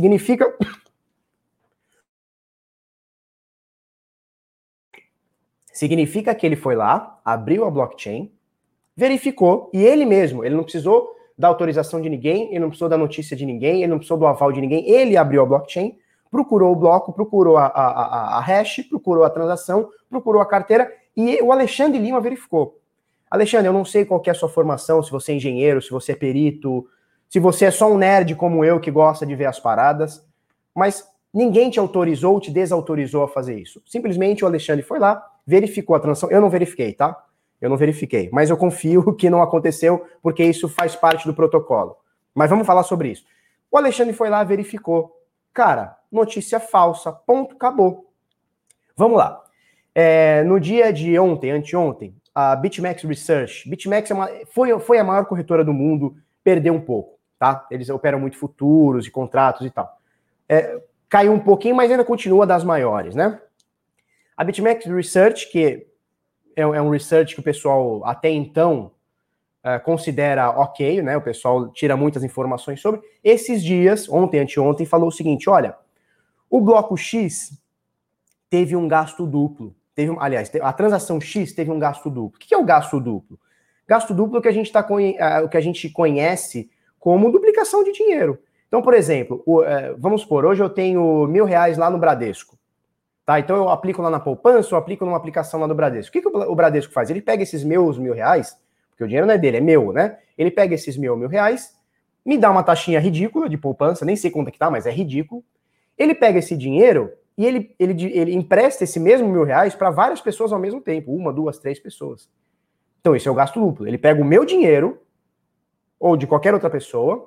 Significa que ele foi lá, abriu a blockchain, verificou, e ele mesmo, ele não precisou da autorização de ninguém, ele não precisou da notícia de ninguém, ele não precisou do aval de ninguém, ele abriu a blockchain, procurou o bloco, procurou a hash, procurou a transação, procurou a carteira, e o Alexandre Lima verificou. Alexandre, eu não sei qual que é a sua formação, se você é engenheiro, se você é perito, se você é só um nerd como eu que gosta de ver as paradas, mas ninguém te autorizou ou te desautorizou a fazer isso. Simplesmente o Alexandre foi lá, verificou a transação. Eu não verifiquei, tá? Eu não verifiquei, mas eu confio que não aconteceu, porque isso faz parte do protocolo. Mas vamos falar sobre isso. O Alexandre foi lá, verificou. Cara, notícia falsa, ponto, acabou. Vamos lá. No dia de ontem, anteontem, a BitMEX Research, BitMEX foi a maior corretora do mundo, perdeu um pouco, tá? Eles operam muito futuros e contratos e tal. Caiu um pouquinho, mas ainda continua das maiores, né? A BitMEX Research, que é um research que o pessoal até então considera ok, né? O pessoal tira muitas informações sobre. Esses dias, ontem, anteontem, falou o seguinte, olha, o bloco X teve um gasto duplo. A transação X teve um gasto duplo. O que é o gasto duplo? Gasto duplo é o que a gente conhece como duplicação de dinheiro. Então, por exemplo, vamos supor, hoje eu tenho R$1.000 lá no Bradesco. Tá? Então eu aplico lá na poupança ou aplico numa aplicação lá do Bradesco. O que o Bradesco faz? Ele pega esses meus R$1.000, porque o dinheiro não é dele, é meu, né? Ele pega esses R$1.000, me dá uma taxinha ridícula de poupança, nem sei quanto é que tá, mas é ridículo. Ele pega esse dinheiro e ele empresta esse mesmo R$1.000 para várias pessoas ao mesmo tempo, 1, 2, 3 pessoas. Então esse é o gasto duplo. Ele pega o meu dinheiro, ou de qualquer outra pessoa,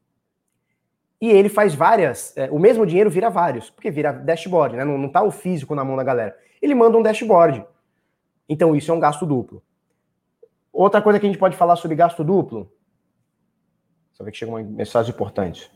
e ele faz várias, o mesmo dinheiro vira vários, porque vira dashboard, né? Não tá o físico na mão da galera. Ele manda um dashboard. Então isso é um gasto duplo. Outra coisa que a gente pode falar sobre gasto duplo, só ver que chega uma mensagem importante.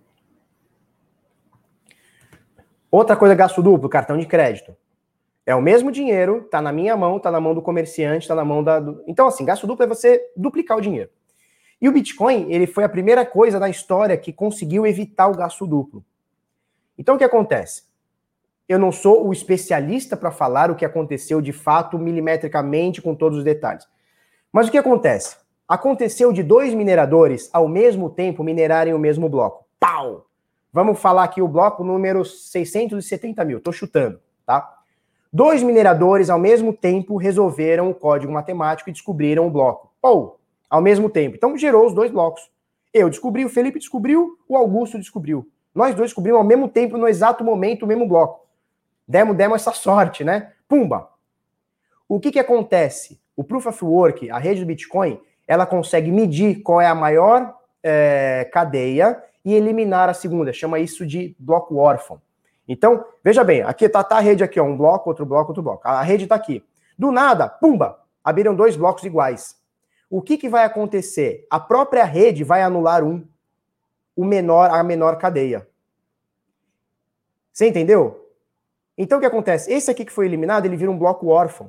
Outra coisa, gasto duplo, cartão de crédito. É o mesmo dinheiro, tá na minha mão, tá na mão do comerciante, tá na mão Então, assim, gasto duplo é você duplicar o dinheiro. E o Bitcoin, ele foi a primeira coisa da história que conseguiu evitar o gasto duplo. Então, o que acontece? Eu não sou o especialista para falar o que aconteceu de fato, milimetricamente, com todos os detalhes. Mas o que acontece? Aconteceu de 2 mineradores, ao mesmo tempo, minerarem o mesmo bloco. Pau! Vamos falar aqui o bloco número 670 mil, tô chutando, tá? 2 mineradores, ao mesmo tempo, resolveram o código matemático e descobriram o bloco. Pau! Ao mesmo tempo. Então gerou os 2 blocos. Eu descobri, o Felipe descobriu, o Augusto descobriu. Nós dois descobrimos ao mesmo tempo, no exato momento, o mesmo bloco. Demos essa sorte, né? Pumba! O que acontece? O Proof of Work, a rede do Bitcoin, ela consegue medir qual é a maior cadeia e eliminar a segunda. Chama isso de bloco órfão. Então, veja bem, aqui tá a rede aqui, ó, um bloco, outro bloco, outro bloco. A rede tá aqui. Do nada, pumba! Abriram 2 blocos iguais. O que vai acontecer? A própria rede vai anular a menor cadeia. Você entendeu? Então o que acontece? Esse aqui que foi eliminado, ele vira um bloco órfão.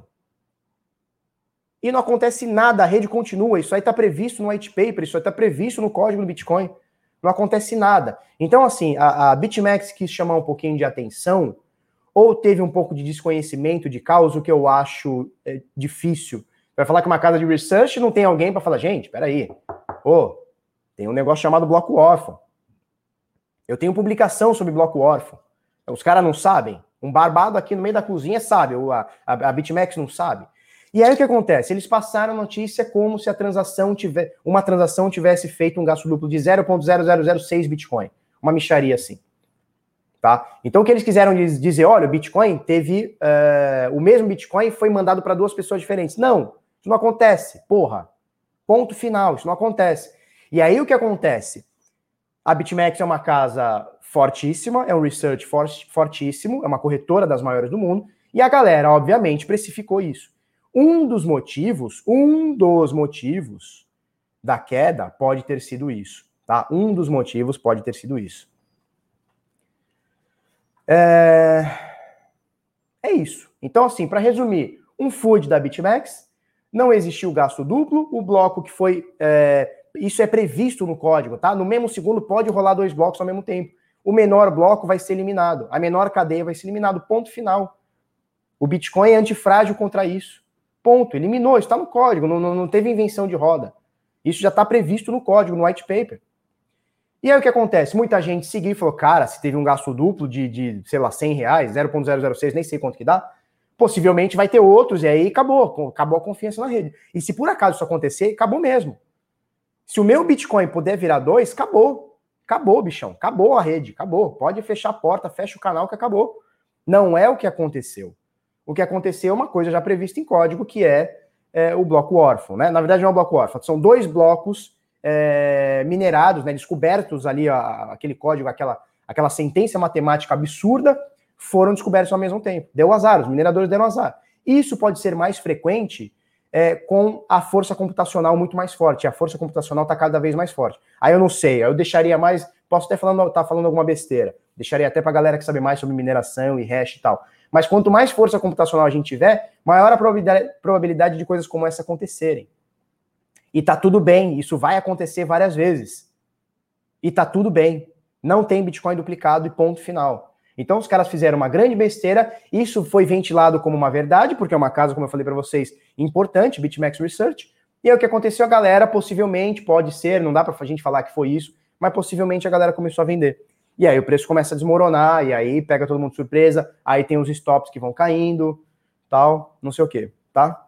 E não acontece nada, a rede continua. Isso aí está previsto no white paper, isso aí está previsto no código do Bitcoin. Não acontece nada. Então, assim, a BitMEX quis chamar um pouquinho de atenção, ou teve um pouco de desconhecimento de causa, o que eu acho difícil. Vai falar que uma casa de research não tem alguém para falar, gente, peraí, tem um negócio chamado bloco órfão. Eu tenho publicação sobre bloco órfão. Os caras não sabem. Um barbado aqui no meio da cozinha sabe, a BitMEX não sabe. E aí o que acontece? Eles passaram a notícia como se uma transação tivesse feito um gasto duplo de 0,0006 Bitcoin. Uma mixaria assim. Tá? Então o que eles quiseram dizer, olha, o Bitcoin teve, o mesmo Bitcoin foi mandado para duas pessoas diferentes. Não, isso não acontece, porra. Ponto final, isso não acontece. E aí o que acontece? A BitMEX é uma casa fortíssima, é um research fortíssimo, é uma corretora das maiores do mundo, e a galera, obviamente, precificou isso. Um dos motivos da queda pode ter sido isso, tá? Um dos motivos pode ter sido isso. É isso. Então, assim, para resumir, um FUD da BitMEX, não existiu gasto duplo, o bloco que foi... isso é previsto no código, tá? No mesmo segundo pode rolar 2 blocos ao mesmo tempo. O menor bloco vai ser eliminado, a menor cadeia vai ser eliminado, ponto final. O Bitcoin é antifrágil contra isso. Ponto, eliminou, está no código, não teve invenção de roda. Isso já está previsto no código, no white paper. E aí o que acontece? Muita gente seguiu e falou, cara, se teve um gasto duplo sei lá, R$100, 0,006, nem sei quanto que dá, possivelmente vai ter outros, e aí acabou a confiança na rede. E se por acaso isso acontecer, acabou mesmo. Se o meu Bitcoin puder virar 2, acabou. Acabou, bichão. Acabou a rede, acabou. Pode fechar a porta, fecha o canal que acabou. Não é o que aconteceu. O que aconteceu é uma coisa já prevista em código, que é o bloco órfão, né? Na verdade não é um bloco órfão, são 2 blocos minerados, né, descobertos ali, aquele código, aquela sentença matemática absurda, foram descobertos ao mesmo tempo. Deu azar, os mineradores deram azar. Isso pode ser mais frequente com a força computacional muito mais forte. A força computacional está cada vez mais forte. Aí eu não sei, eu deixaria mais... Posso até estar falando alguma besteira. Deixaria até para a galera que sabe mais sobre mineração e hash e tal. Mas quanto mais força computacional a gente tiver, maior a probabilidade de coisas como essa acontecerem. E tá tudo bem, isso vai acontecer várias vezes. E tá tudo bem. Não tem Bitcoin duplicado e ponto final. Então os caras fizeram uma grande besteira, isso foi ventilado como uma verdade, porque é uma casa, como eu falei para vocês, importante, BitMEX Research, e aí o que aconteceu, a galera possivelmente, pode ser, não dá pra gente falar que foi isso, mas possivelmente a galera começou a vender. E aí o preço começa a desmoronar, e aí pega todo mundo de surpresa, aí tem os stops que vão caindo, tal, não sei o que, tá?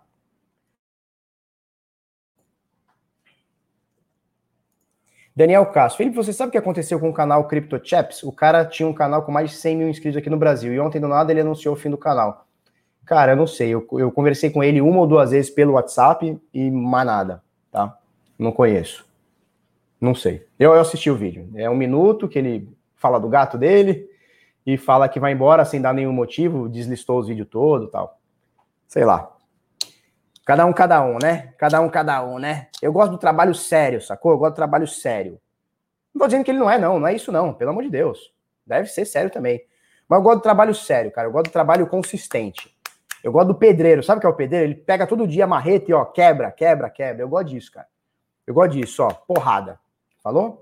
Daniel Castro, Felipe, você sabe o que aconteceu com o canal CryptoChaps? O cara tinha um canal com mais de 100 mil inscritos aqui no Brasil, e ontem do nada ele anunciou o fim do canal. Cara, eu não sei, eu conversei com ele 1 ou 2 vezes pelo WhatsApp e mais nada, tá? Não conheço. Não sei. Eu assisti o vídeo. É 1 minuto que ele fala do gato dele e fala que vai embora sem dar nenhum motivo, deslistou os vídeos todo e tal. Sei lá. Cada um, né? Cada um, né? Eu gosto do trabalho sério, sacou? Eu gosto do trabalho sério. Não tô dizendo que ele não é isso não, pelo amor de Deus. Deve ser sério também. Mas eu gosto do trabalho sério, cara. Eu gosto do trabalho consistente. Eu gosto do pedreiro. Sabe o que é o pedreiro? Ele pega todo dia a marreta e, ó, quebra. Eu gosto disso, cara. Eu gosto disso, ó. Porrada. Falou?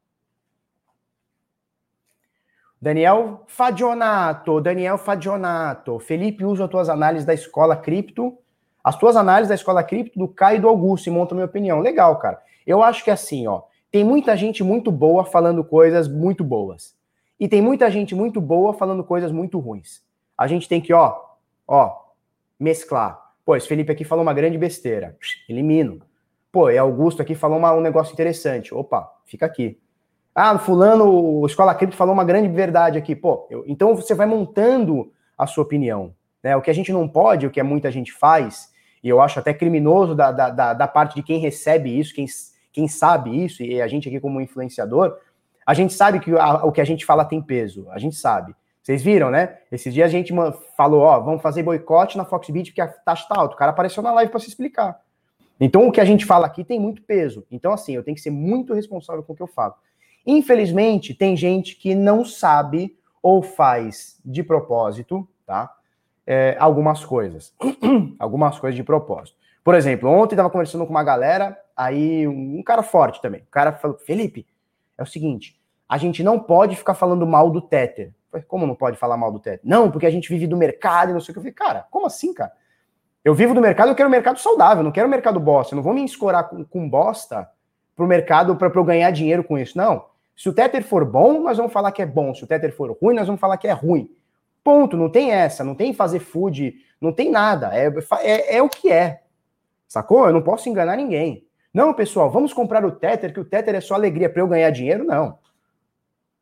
Daniel Fadionato. Felipe, usa as tuas análises da escola cripto. As tuas análises da escola cripto do Caio e do Augusto e monta minha opinião. Legal, cara. Eu acho que assim, ó. Tem muita gente muito boa falando coisas muito boas. E tem muita gente muito boa falando coisas muito ruins. A gente tem que, ó, mesclar. Pô, esse Felipe aqui falou uma grande besteira. Elimino. Pô, e Augusto aqui falou um negócio interessante. Opa, fica aqui. Ah, fulano, o Escola Cripto falou uma grande verdade aqui. Pô, então você vai montando a sua opinião. Né? O que a gente não pode, o que muita gente faz, e eu acho até criminoso da parte de quem recebe isso, quem sabe isso, e a gente aqui como influenciador, a gente sabe que o que a gente fala tem peso. A gente sabe. Vocês viram, né? Esses dias a gente falou, ó, vamos fazer boicote na Foxbit porque a taxa tá alta. O cara apareceu na live para se explicar. Então o que a gente fala aqui tem muito peso. Então assim, eu tenho que ser muito responsável com o que eu falo. Infelizmente, tem gente que não sabe ou faz de propósito, tá? Algumas coisas. Algumas coisas de propósito. Por exemplo, ontem eu tava conversando com uma galera, aí um cara forte também. O cara falou, Felipe, é o seguinte, a gente não pode ficar falando mal do Tether. Eu falei, como não pode falar mal do Tether? Não, porque a gente vive do mercado e não sei o que. Eu falei, cara, como assim, cara? Eu vivo do mercado, eu quero um mercado saudável, não quero um mercado bosta. Eu não vou me escorar com bosta pro mercado para eu ganhar dinheiro com isso, não. Se o Tether for bom, nós vamos falar que é bom. Se o Tether for ruim, nós vamos falar que é ruim. Ponto, não tem essa, não tem fazer food, não tem nada. É o que é. Sacou? Eu não posso enganar ninguém. Não, pessoal, vamos comprar o Tether, que o Tether é só alegria para eu ganhar dinheiro? Não.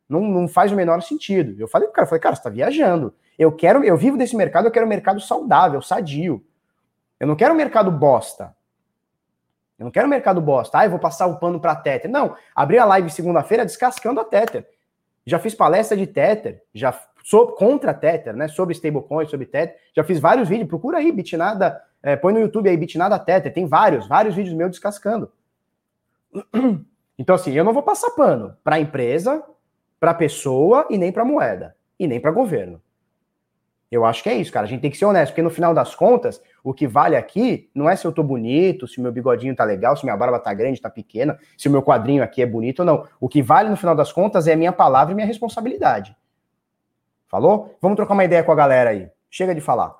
Não faz o menor sentido. Eu falei pro cara, você tá viajando. Eu vivo desse mercado, eu quero um mercado saudável, sadio. Eu não quero um mercado bosta. Eu não quero um mercado bosta. Eu vou passar o pano pra Tether. Não, abri a live segunda-feira descascando a Tether. Já fiz palestra de Tether, contra a Tether, né? Sobre stablecoin, sobre Tether. Já fiz vários vídeos, procura aí, Bitnada, põe no YouTube aí, Bitnada Tether. Tem vários vídeos meus descascando. Então, assim, eu não vou passar pano pra empresa, pra pessoa e nem pra moeda. E nem pra governo. Eu acho que é isso, cara. A gente tem que ser honesto, porque no final das contas, o que vale aqui não é se eu tô bonito, se o meu bigodinho tá legal, se minha barba tá grande, tá pequena, se o meu quadrinho aqui é bonito ou não. O que vale no final das contas é a minha palavra e minha responsabilidade. Falou? Vamos trocar uma ideia com a galera aí. Chega de falar.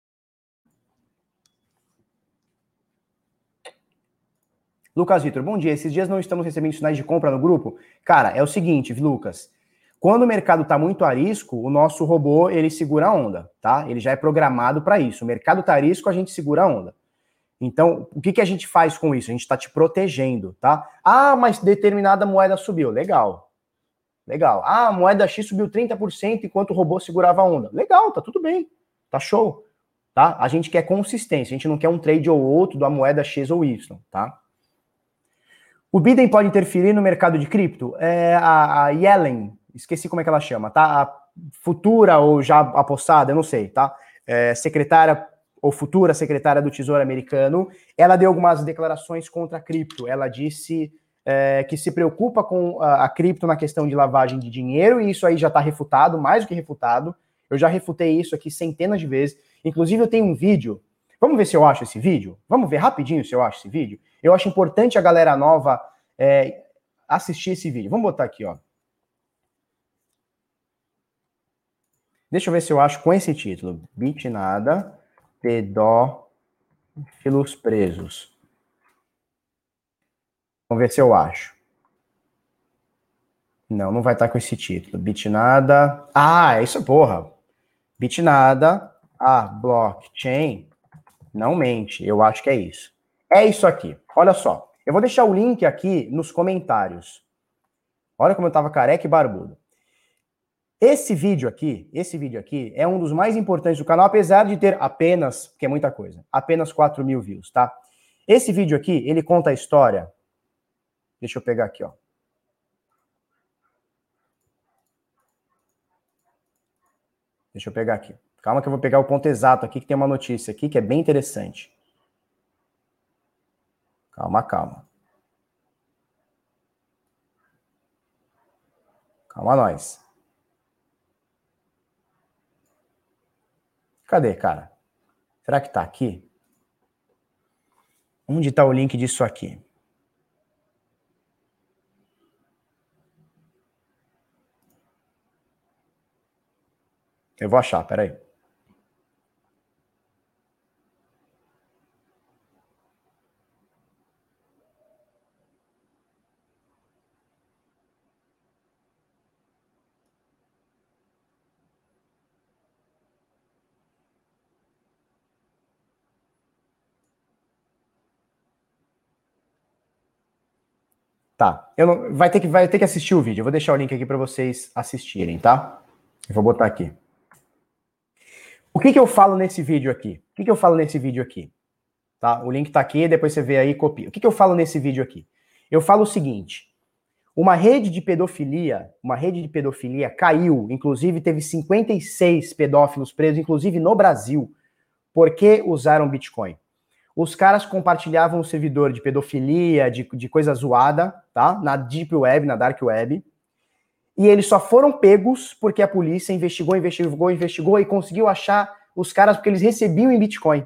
Lucas Vitor, bom dia. Esses dias não estamos recebendo sinais de compra no grupo? Cara, é o seguinte, Lucas. Quando o mercado está muito a risco, o nosso robô, ele segura a onda, tá? Ele já é programado para isso. O mercado está a risco, a gente segura a onda. Então, o que a gente faz com isso? A gente está te protegendo, tá? Mas determinada moeda subiu. Legal. Legal. A moeda X subiu 30% enquanto o robô segurava a onda. Legal, tá tudo bem. Tá show. Tá? A gente quer consistência. A gente não quer um trade ou outro da moeda X ou Y, tá? O Biden pode interferir no mercado de cripto? A Yellen, esqueci como é que ela chama, tá? A futura ou já apossada, eu não sei, tá? Secretária ou futura secretária do Tesouro americano, ela deu algumas declarações contra a cripto. Ela disse que se preocupa com a cripto na questão de lavagem de dinheiro, e isso aí já está refutado, mais do que refutado. Eu já refutei isso aqui centenas de vezes. Inclusive, eu tenho um vídeo. Vamos ver se eu acho esse vídeo? Vamos ver rapidinho se eu acho esse vídeo? Eu acho importante a galera nova assistir esse vídeo. Vamos botar aqui, ó. Deixa eu ver se eu acho com esse título. Bitnada, pedófilos presos. Vamos ver se eu acho. Não vai estar com esse título. Bitnada... é isso, porra. Bitnada, blockchain não mente. Eu acho que é isso. É isso aqui. Olha só. Eu vou deixar o link aqui nos comentários. Olha como eu tava careca e barbudo. Esse vídeo aqui é um dos mais importantes do canal, apesar de ter apenas, que é muita coisa, apenas 4.000 views, tá? Esse vídeo aqui, ele conta a história. Deixa eu pegar aqui, ó. Deixa eu pegar aqui. Calma que eu vou pegar o ponto exato aqui, que tem uma notícia aqui que é bem interessante. Calma. Calma nós. Cadê, cara? Será que tá aqui? Onde tá o link disso aqui? Eu vou achar, peraí. Tá, vai ter que assistir o vídeo. Eu vou deixar o link aqui para vocês assistirem, tá? Eu vou botar aqui. O que eu falo nesse vídeo aqui? Tá? O link tá aqui, depois você vê aí e copia. O que eu falo nesse vídeo aqui? Eu falo o seguinte: uma rede de pedofilia caiu, inclusive teve 56 pedófilos presos, inclusive no Brasil, porque usaram Bitcoin. Os caras compartilhavam o servidor de pedofilia, de coisa zoada, tá? Na Deep Web, na Dark Web. E eles só foram pegos porque a polícia investigou e conseguiu achar os caras porque eles recebiam em Bitcoin.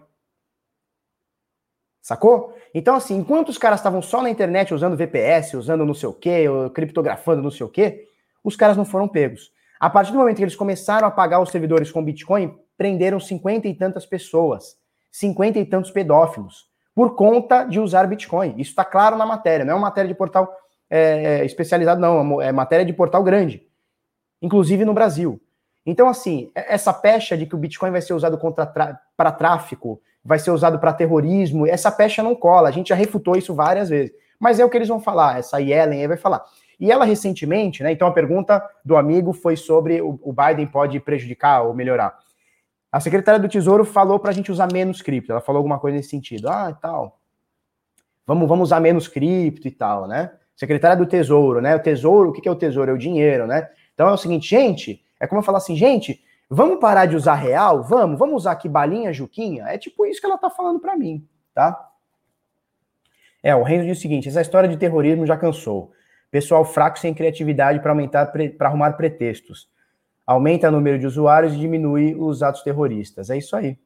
Sacou? Então, assim, enquanto os caras estavam só na internet usando VPS, usando não sei o quê, criptografando não sei o quê, os caras não foram pegos. A partir do momento que eles começaram a pagar os servidores com Bitcoin, prenderam 50 e tantas pessoas. 50 e tantos pedófilos, por conta de usar Bitcoin. Isso está claro na matéria, não é uma matéria de portal especializado, não, é matéria de portal grande, inclusive no Brasil. Então, assim, essa pecha de que o Bitcoin vai ser usado para tráfico, vai ser usado para terrorismo, essa pecha não cola, a gente já refutou isso várias vezes. Mas é o que eles vão falar, essa Yellen aí vai falar. E ela recentemente, né? Então a pergunta do amigo foi sobre o Biden pode prejudicar ou melhorar. A secretária do Tesouro falou para a gente usar menos cripto. Ela falou alguma coisa nesse sentido. Ah, tal. Vamos usar menos cripto e tal, né? Secretária do Tesouro, né? O Tesouro, o que é o Tesouro? É o dinheiro, né? Então é o seguinte, gente, é como eu falar assim, gente, vamos parar de usar real? Vamos usar aqui balinha, juquinha? É tipo isso que ela tá falando para mim, tá? O Renzo diz o seguinte, essa história de terrorismo já cansou. Pessoal fraco sem criatividade para arrumar pretextos. Aumenta o número de usuários e diminui os atos terroristas. É isso aí.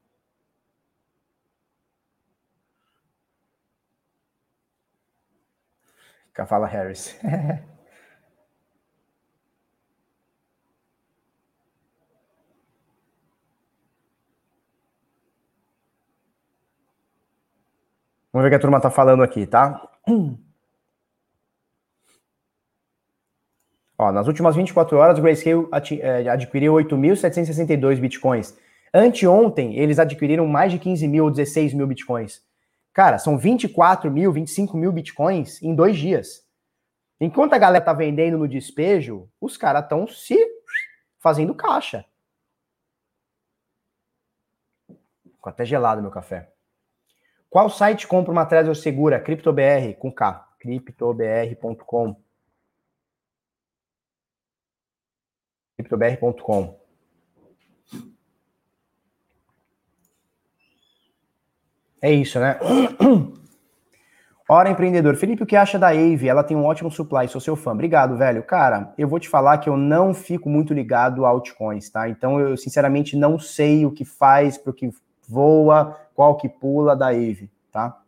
Fala Harris. Vamos ver o que a turma tá falando aqui, tá? Ó, nas últimas 24 horas, o Grayscale adquiriu 8.762 bitcoins. Anteontem, eles adquiriram mais de 15 mil ou 16 mil bitcoins. Cara, são 24 mil, 25 mil bitcoins em 2 dias. Enquanto a galera tá vendendo no despejo, os caras estão se fazendo caixa. Ficou até gelado meu café. Qual site compra uma Trezor segura? CryptoBR, com K. CryptoBR.com. CryptoBR.com. É isso, né? Ora, empreendedor. Felipe, o que acha da Aave? Ela tem um ótimo supply, sou seu fã. Obrigado, velho. Cara, eu vou te falar que eu não fico muito ligado a altcoins, tá? Então, eu sinceramente não sei o que faz, pro que voa, qual que pula da Aave, tá?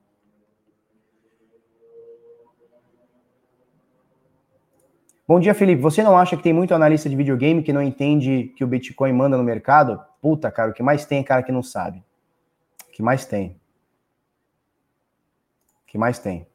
Bom dia, Felipe. Você não acha que tem muito analista de videogame que não entende que o Bitcoin manda no mercado? Puta, cara, o que mais tem é cara que não sabe. O que mais tem? O que mais tem?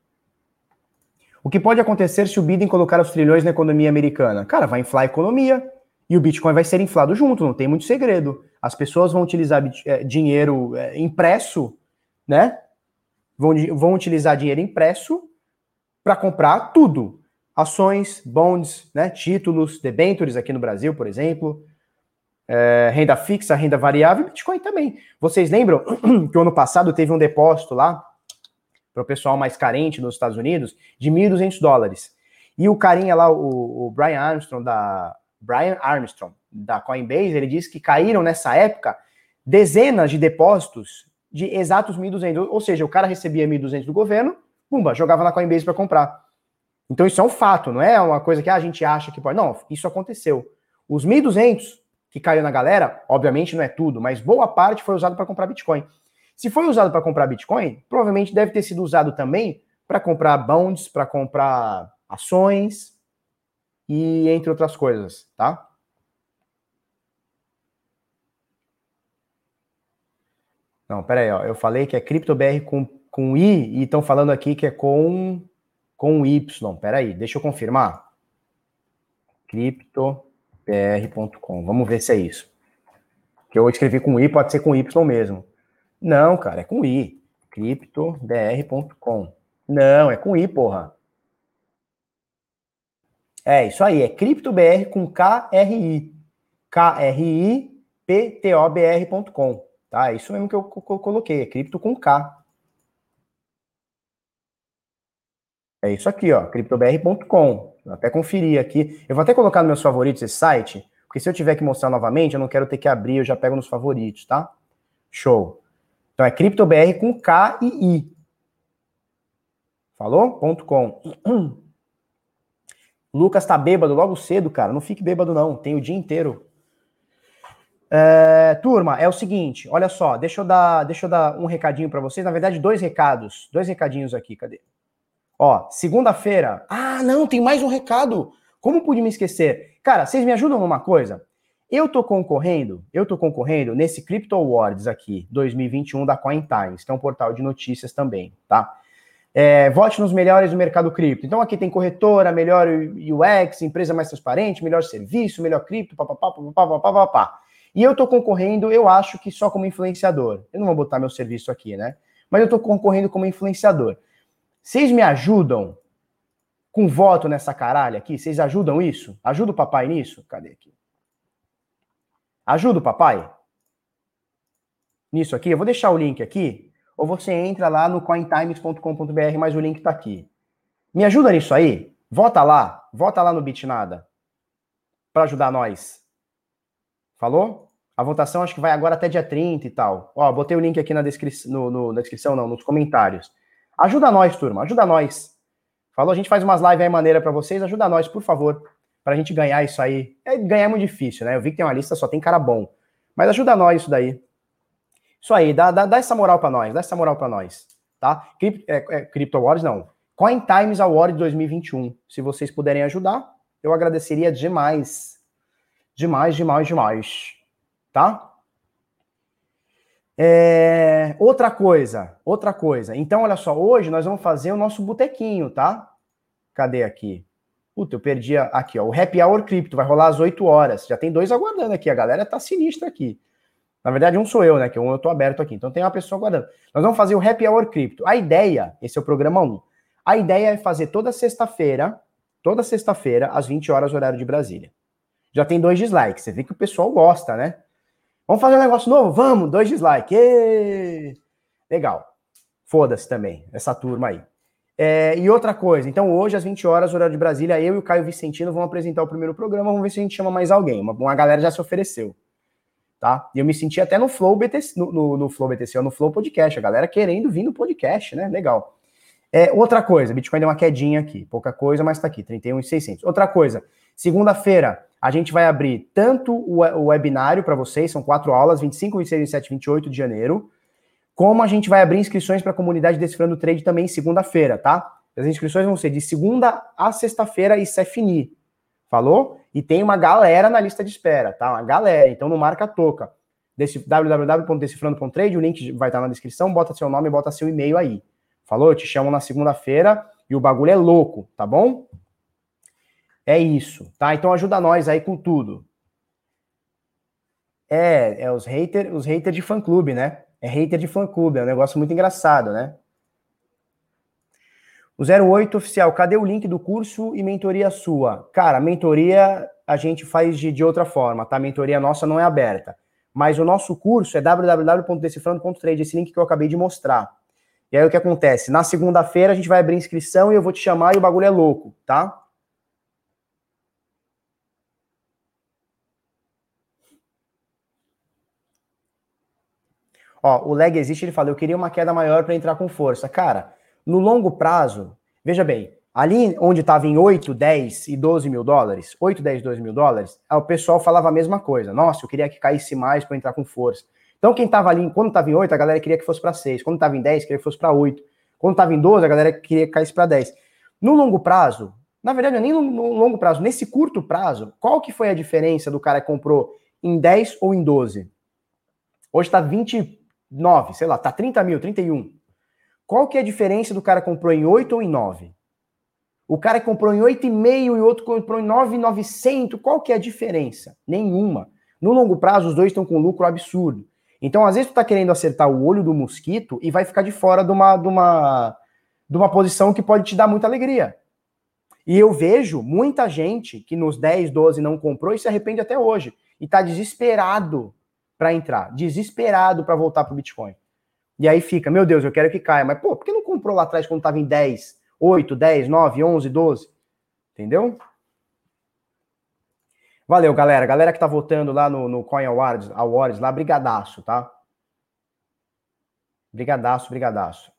O que pode acontecer se o Biden colocar os trilhões na economia americana? Cara, vai inflar a economia e o Bitcoin vai ser inflado junto, não tem muito segredo. As pessoas vão utilizar dinheiro impresso, né? Vão utilizar dinheiro impresso para comprar tudo. Ações, bonds, né? Títulos, debentures aqui no Brasil, por exemplo. Renda fixa, renda variável e Bitcoin também. Vocês lembram que o ano passado teve um depósito lá para o pessoal mais carente nos Estados Unidos, de $1.200. E o carinha lá, o Brian Armstrong, da Coinbase, ele disse que caíram nessa época dezenas de depósitos de exatos 1.200. Ou seja, o cara recebia 1.200 do governo, pumba, jogava na Coinbase para comprar. Então isso é um fato, não é uma coisa que a gente acha que pode. Não, isso aconteceu. Os 1.200 que caiu na galera, obviamente não é tudo, mas boa parte foi usado para comprar Bitcoin. Se foi usado para comprar Bitcoin, provavelmente deve ter sido usado também para comprar bonds, para comprar ações e entre outras coisas, tá? Não, pera aí, ó. Eu falei que é CryptoBR com I e estão falando aqui que é com Y. Pera aí, deixa eu confirmar. CryptoBR.com. Vamos ver se é isso. Que eu escrevi com I, pode ser com Y mesmo. Não, cara, é com I. CryptoBR.com. Não, é com I, porra. É isso aí, é CryptoBR com KRI. KRIPTOBR.com. Tá? É isso mesmo que eu coloquei, é cripto com K. É isso aqui, ó, CryptoBR.com. Vou até conferir aqui. Eu vou até colocar nos meus favoritos esse site, porque se eu tiver que mostrar novamente, eu não quero ter que abrir, eu já pego nos favoritos, tá? Show. Então é CryptoBR com K e I. Falou? .com. Lucas tá bêbado logo cedo, cara. Não fique bêbado, não. Tem o dia inteiro. Turma, é o seguinte, olha só, deixa eu dar um recadinho para vocês. Na verdade, dois recadinhos aqui, cadê? Ó, segunda-feira. Ah, não, tem mais um recado. Como pude me esquecer? Cara, vocês me ajudam numa coisa? Eu tô concorrendo nesse Crypto Awards aqui, 2021 da CoinTimes, que é um portal de notícias também, tá? Vote nos melhores do mercado cripto. Então aqui tem corretora, melhor UX, empresa mais transparente, melhor serviço, melhor cripto, papapá. E eu tô concorrendo, eu acho que só como influenciador. Eu não vou botar meu serviço aqui, né? Mas eu tô concorrendo como influenciador. Vocês me ajudam Com voto nessa caralho aqui, vocês ajudam isso? Ajuda o papai nisso? Cadê aqui? Ajuda o papai? Nisso aqui? Eu vou deixar o link aqui, ou você entra lá no cointimes.com.br, mas o link tá aqui. Me ajuda nisso aí? Vota lá no Bitnada, para ajudar nós. Falou? A votação acho que vai agora até dia 30 e tal. Ó, botei o link aqui na descrição, na descrição não, nos comentários. Ajuda nós, turma, ajuda nós. Falou? A gente faz umas lives aí maneira para vocês, ajuda nós, por favor, pra gente ganhar isso aí. Ganhar é muito difícil, né? Eu vi que tem uma lista, só tem cara bom. Mas ajuda nós isso daí. Isso aí, dá essa moral pra nós, tá? Crypto Awards não. Coin Times Award 2021. Se vocês puderem ajudar, eu agradeceria demais. Demais. Tá? Outra coisa. Então, olha só, hoje nós vamos fazer o nosso botequinho, tá? Cadê aqui? Puta, eu perdi aqui, ó. O Happy Hour Crypto vai rolar às 8 horas. Já tem 2 aguardando aqui, a galera tá sinistra aqui. Na verdade, um sou eu, né? Que eu tô aberto aqui. Então tem uma pessoa aguardando. Nós vamos fazer o Happy Hour Crypto. A ideia, esse é o programa 1. A ideia é fazer toda sexta-feira, às 20 horas, horário de Brasília. Já tem 2 dislikes. Você vê que o pessoal gosta, né? Vamos fazer um negócio novo? Vamos, 2 dislikes. Legal. Foda-se também, essa turma aí. E outra coisa, então hoje, às 20 horas, horário de Brasília, eu e o Caio Vicentino vamos apresentar o primeiro programa, vamos ver se a gente chama mais alguém. Uma galera já se ofereceu. Tá? E eu me senti até no Flow BTC, no Flow BTC, ou no Flow Podcast, a galera querendo vir no podcast, né? Legal. Outra coisa, Bitcoin deu uma quedinha aqui, pouca coisa, mas tá aqui, 31.600. Outra coisa, segunda-feira a gente vai abrir tanto o webinário para vocês, são 4 aulas, 25, 26, 27, 28 de janeiro, como a gente vai abrir inscrições para a comunidade Decifrando Trade também segunda-feira, tá? As inscrições vão ser de segunda a sexta-feira e isso é finir. Falou? E tem uma galera na lista de espera, tá? Uma galera, então não marca a toca. www.decifrando.trade, o link vai estar na descrição, bota seu nome, bota seu e-mail aí. Falou? Eu te chamo na segunda-feira e o bagulho é louco, tá bom? É isso, tá? Então ajuda nós aí com tudo. Os haters de fã-clube, né? É hater de fã-clube, é um negócio muito engraçado, né? O 08 oficial, cadê o link do curso e mentoria sua? Cara, mentoria a gente faz de outra forma, tá? A mentoria nossa não é aberta. Mas o nosso curso é www.decifrando.trade, esse link que eu acabei de mostrar. E aí o que acontece? Na segunda-feira a gente vai abrir inscrição e eu vou te chamar e o bagulho é louco, tá? Ó, o lag existe, ele fala, eu queria uma queda maior para entrar com força. Cara, no longo prazo, veja bem, ali onde estava em 8, 10 e 12 mil dólares, 8, 10, 12 mil dólares, o pessoal falava a mesma coisa. Nossa, eu queria que caísse mais para entrar com força. Então quem estava ali, quando estava em 8, a galera queria que fosse para 6. Quando estava em 10, queria que fosse para 8. Quando estava em 12, a galera queria que caísse para 10. No longo prazo, na verdade, não é nem no longo prazo, nesse curto prazo, qual que foi a diferença do cara que comprou em 10 ou em 12? Hoje está 29, sei lá, tá 30 mil, 31. Qual que é a diferença do cara que comprou em 8 ou em 9? O cara que comprou em 8,5 e o outro comprou em 9,900, qual que é a diferença? Nenhuma. No longo prazo, os dois estão com lucro absurdo. Então, às vezes, tu tá querendo acertar o olho do mosquito e vai ficar de fora de uma posição que pode te dar muita alegria. E eu vejo muita gente que nos 10, 12 não comprou e se arrepende até hoje. E tá desesperado para entrar, desesperado para voltar pro Bitcoin. E aí fica, meu Deus, eu quero que caia. Mas, pô, por que não comprou lá atrás quando tava em 10, 8, 10, 9, 11, 12? Entendeu? Valeu, galera. Galera que tá votando lá no Coin Awards lá, brigadaço, tá? Brigadaço.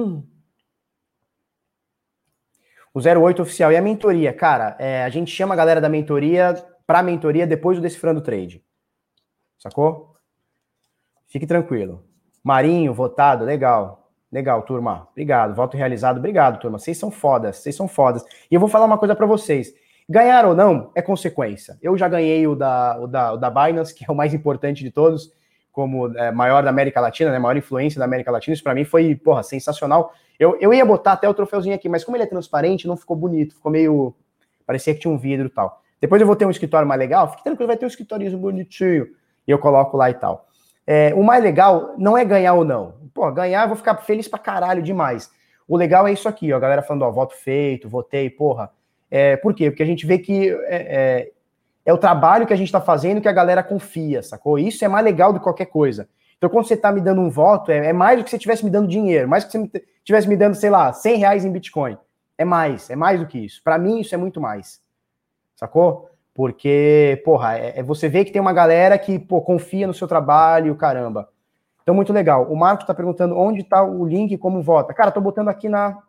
O 08 oficial. E a mentoria? Cara, a gente chama a galera da mentoria pra mentoria depois do Decifrando Trade. Sacou? Fique tranquilo. Marinho, votado, legal. Legal, turma. Obrigado. Voto realizado, obrigado, turma. Vocês são fodas. E eu vou falar uma coisa pra vocês. Ganhar ou não é consequência. Eu já ganhei o da Binance, que é o mais importante de todos, como maior da América Latina, né, maior influência da América Latina. Isso pra mim foi, porra, sensacional. Eu ia botar até o troféuzinho aqui, mas como ele é transparente, não ficou bonito. Ficou meio... parecia que tinha um vidro e tal. Depois eu vou ter um escritório mais legal. Fique tranquilo, vai ter um escritório bonitinho. E eu coloco lá e tal. O mais legal não é ganhar ou não. Pô, ganhar eu vou ficar feliz pra caralho demais. O legal é isso aqui, ó, a galera falando, ó, voto feito, votei, porra. Por quê? Porque a gente vê que é o trabalho que a gente tá fazendo que a galera confia, sacou? Isso é mais legal do que qualquer coisa. Então, quando você tá me dando um voto, é mais do que você estivesse me dando dinheiro, mais do que você estivesse me dando, sei lá, R$ 100 em Bitcoin. É mais do que isso. Para mim, isso é muito mais. Sacou? Porque, porra, você vê que tem uma galera que, pô, confia no seu trabalho, caramba. Então, muito legal. O Marcos tá perguntando onde tá o link e como vota. Cara, tô botando aqui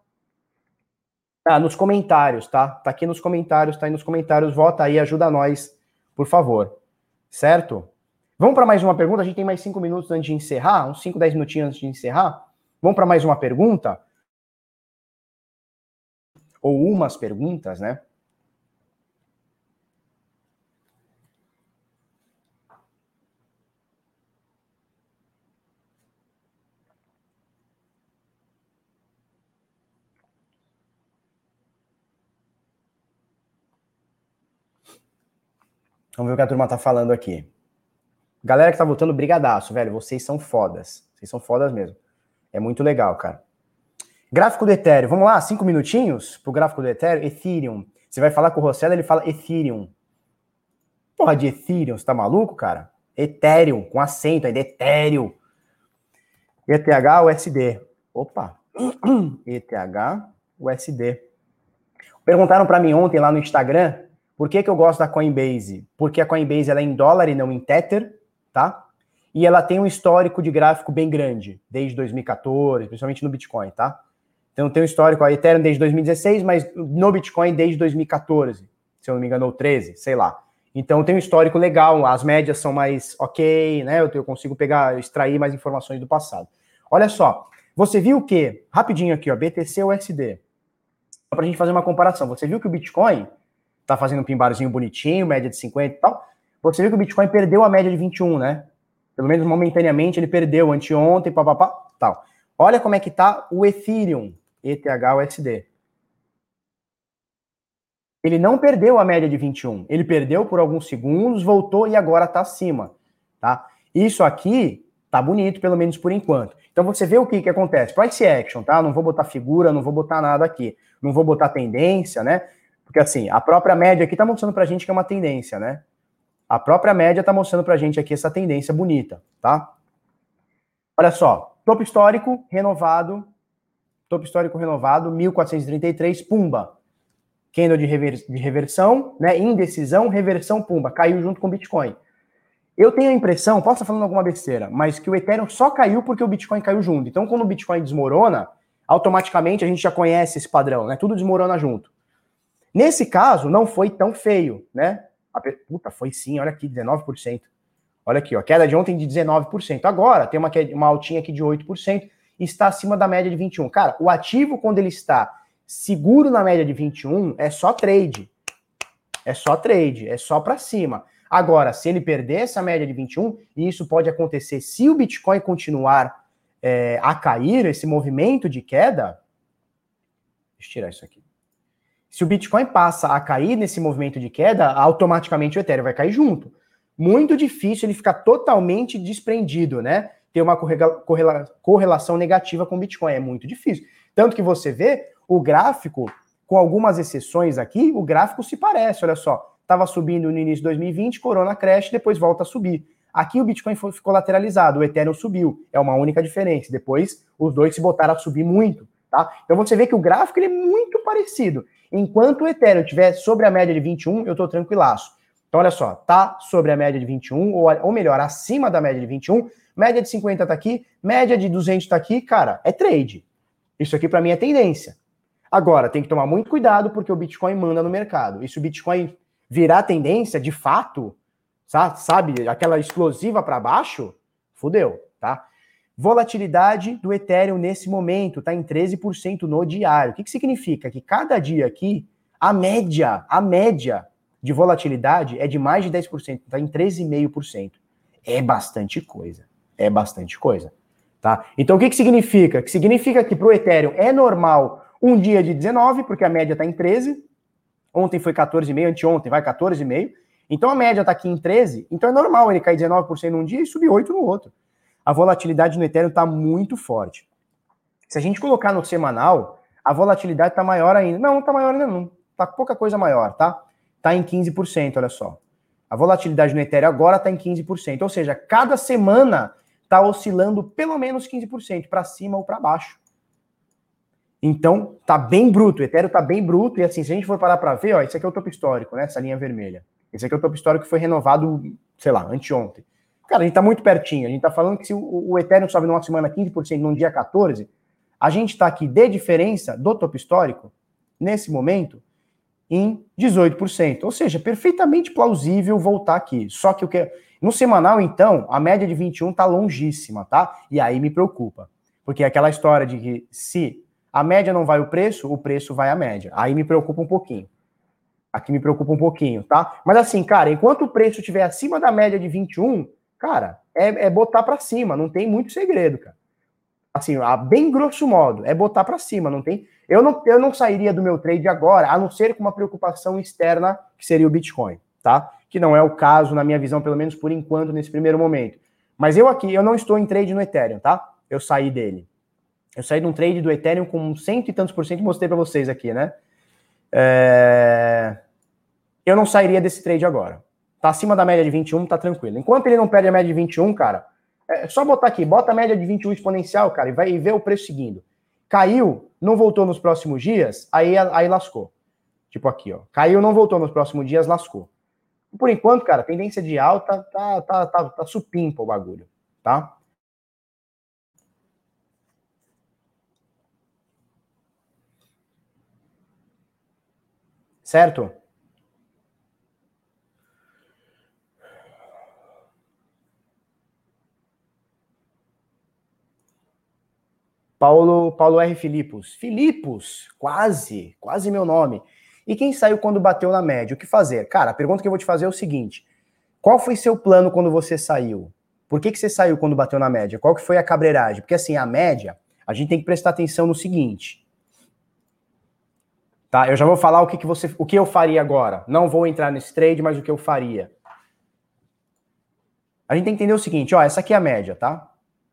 nos comentários, tá? Tá aqui nos comentários, tá aí nos comentários. Vota aí, ajuda nós, por favor. Certo? Vamos para mais uma pergunta? A gente tem mais 5 minutos antes de encerrar, uns 5, 10 minutinhos antes de encerrar. Vamos para mais uma pergunta? Ou umas perguntas, né? Vamos ver o que a turma tá falando aqui. Galera que tá votando, brigadaço, velho. Vocês são fodas. Vocês são fodas mesmo. É muito legal, cara. Gráfico do Ethereum. Vamos lá, 5 minutinhos pro gráfico do Ethereum. Ethereum. Você vai falar com o Rossello, ele fala Ethereum. Porra de Ethereum, você tá maluco, cara? Ethereum, com acento ainda, Ethereum. ETH-USD. Opa. ETH-USD. Perguntaram para mim ontem lá no Instagram por que eu gosto da Coinbase. Porque a Coinbase ela é em dólar e não em Tether, tá? E ela tem um histórico de gráfico bem grande, desde 2014, principalmente no Bitcoin, tá? Então tem um histórico, a Ethereum desde 2016, mas no Bitcoin desde 2014, se eu não me engano, ou 13, sei lá. Então tem um histórico legal, as médias são mais ok, né? Eu consigo extrair mais informações do passado. Olha só, você viu que, rapidinho aqui, ó, BTC-USD, só pra gente fazer uma comparação, você viu que o Bitcoin tá fazendo um pimbarzinho bonitinho, média de 50 e tal, você viu que o Bitcoin perdeu a média de 21, né? Pelo menos momentaneamente ele perdeu, anteontem, papapá, tal. Olha como é que tá o Ethereum, ETH-USD. Ele não perdeu a média de 21, ele perdeu por alguns segundos, voltou e agora tá acima, tá? Isso aqui tá bonito, pelo menos por enquanto. Então você vê o que acontece. Price action, tá? Não vou botar figura, não vou botar nada aqui. Não vou botar tendência, né? Porque assim, a própria média aqui tá mostrando pra gente que é uma tendência, né? A própria média tá mostrando pra gente aqui essa tendência bonita, tá? Olha só, topo histórico renovado, 1433, pumba. Candle de reversão, né? Indecisão, reversão, pumba, caiu junto com o Bitcoin. Eu tenho a impressão, posso estar falando alguma besteira, mas que o Ethereum só caiu porque o Bitcoin caiu junto. Então, quando o Bitcoin desmorona, automaticamente a gente já conhece esse padrão, né? Tudo desmorona junto. Nesse caso, não foi tão feio, né? Puta, foi sim, olha aqui, 19%. Olha aqui, ó, queda de ontem de 19%. Agora, tem uma altinha aqui de 8%, e está acima da média de 21%. Cara, o ativo, quando ele está seguro na média de 21, é só trade. É só trade, é só para cima. Agora, se ele perder essa média de 21, e isso pode acontecer se o Bitcoin continuar a cair, esse movimento de queda... Deixa eu tirar isso aqui. Se o Bitcoin passa a cair nesse movimento de queda, automaticamente o Ethereum vai cair junto. Muito difícil ele ficar totalmente desprendido, né? Ter uma correlação negativa com o Bitcoin. É muito difícil. Tanto que você vê o gráfico, com algumas exceções aqui, o gráfico se parece, olha só. Estava subindo no início de 2020, corona crash, depois volta a subir. Aqui o Bitcoin ficou lateralizado, o Ethereum subiu. É uma única diferença. Depois os dois se botaram a subir muito, tá? Então você vê que o gráfico ele é muito parecido. Enquanto o Ethereum estiver sobre a média de 21, eu estou tranquilaço. Então olha só, tá sobre a média de 21, ou melhor, acima da média de 21, média de 50 tá aqui, média de 200 tá aqui, cara, é trade. Isso aqui para mim é tendência. Agora, tem que tomar muito cuidado porque o Bitcoin manda no mercado. E se o Bitcoin virar tendência, de fato, sabe, aquela explosiva para baixo, fudeu, tá? Volatilidade do Ethereum nesse momento está em 13% no diário. O que significa? Que cada dia aqui, a média de volatilidade é de mais de 10%, está em 13,5%. É bastante coisa. É bastante coisa. Tá? Então o que significa? Que significa que para o Ethereum é normal um dia de 19, porque a média está em 13. Ontem foi 14,5, anteontem vai 14,5. Então a média está aqui em 13, então é normal ele cair 19% num dia e subir 8% no outro. A volatilidade no Ethereum está muito forte. Se a gente colocar no semanal, a volatilidade está maior ainda. Não está maior ainda não. Está pouca coisa maior, tá? Está em 15%, olha só. A volatilidade no Ethereum agora está em 15%. Ou seja, cada semana está oscilando pelo menos 15%, para cima ou para baixo. Então, tá bem bruto. O Ethereum tá bem bruto. E assim, se a gente for parar para ver, ó, esse aqui é o topo histórico, né? Essa linha vermelha. Esse aqui é o topo histórico que foi renovado, sei lá, anteontem. Cara, a gente tá muito pertinho. A gente tá falando que se o Ethereum sobe numa semana 15% num dia 14, a gente tá aqui de diferença do topo histórico, nesse momento, em 18%. Ou seja, perfeitamente plausível voltar aqui. Só que no semanal, então, a média de 21 tá longíssima, tá? E aí me preocupa. Porque é aquela história de que se a média não vai o preço vai a média. Aí me preocupa um pouquinho. Aqui me preocupa um pouquinho, tá? Mas assim, cara, enquanto o preço estiver acima da média de 21, cara, é botar para cima, não tem muito segredo, cara. Assim, a bem grosso modo, é botar para cima, não tem... Eu não sairia do meu trade agora, a não ser com uma preocupação externa, que seria o Bitcoin, tá? Que não é o caso, na minha visão, pelo menos por enquanto, nesse primeiro momento. Mas eu não estou em trade no Ethereum, tá? Eu saí dele. Eu saí de um trade do Ethereum com 100 e tantos %, mostrei para vocês aqui, né? Eu não sairia desse trade agora. Tá acima da média de 21, tá tranquilo. Enquanto ele não perde a média de 21, cara, é só botar aqui, bota a média de 21 exponencial, cara, e ver o preço seguindo. Caiu, não voltou nos próximos dias, aí lascou. Tipo aqui, ó. Caiu, não voltou nos próximos dias, lascou. Por enquanto, cara, tendência de alta tá supimpa o bagulho, tá? Certo? Paulo R. Filipos, quase meu nome. E quem saiu quando bateu na média? O que fazer? Cara, a pergunta que eu vou te fazer é o seguinte: qual foi seu plano quando você saiu? Por que você saiu quando bateu na média? Qual que foi a cabreiragem? Porque assim, a média, a gente tem que prestar atenção no seguinte. Tá? Eu já vou falar o que eu faria agora. Não vou entrar nesse trade, mas o que eu faria. A gente tem que entender o seguinte, ó, essa aqui é a média, tá?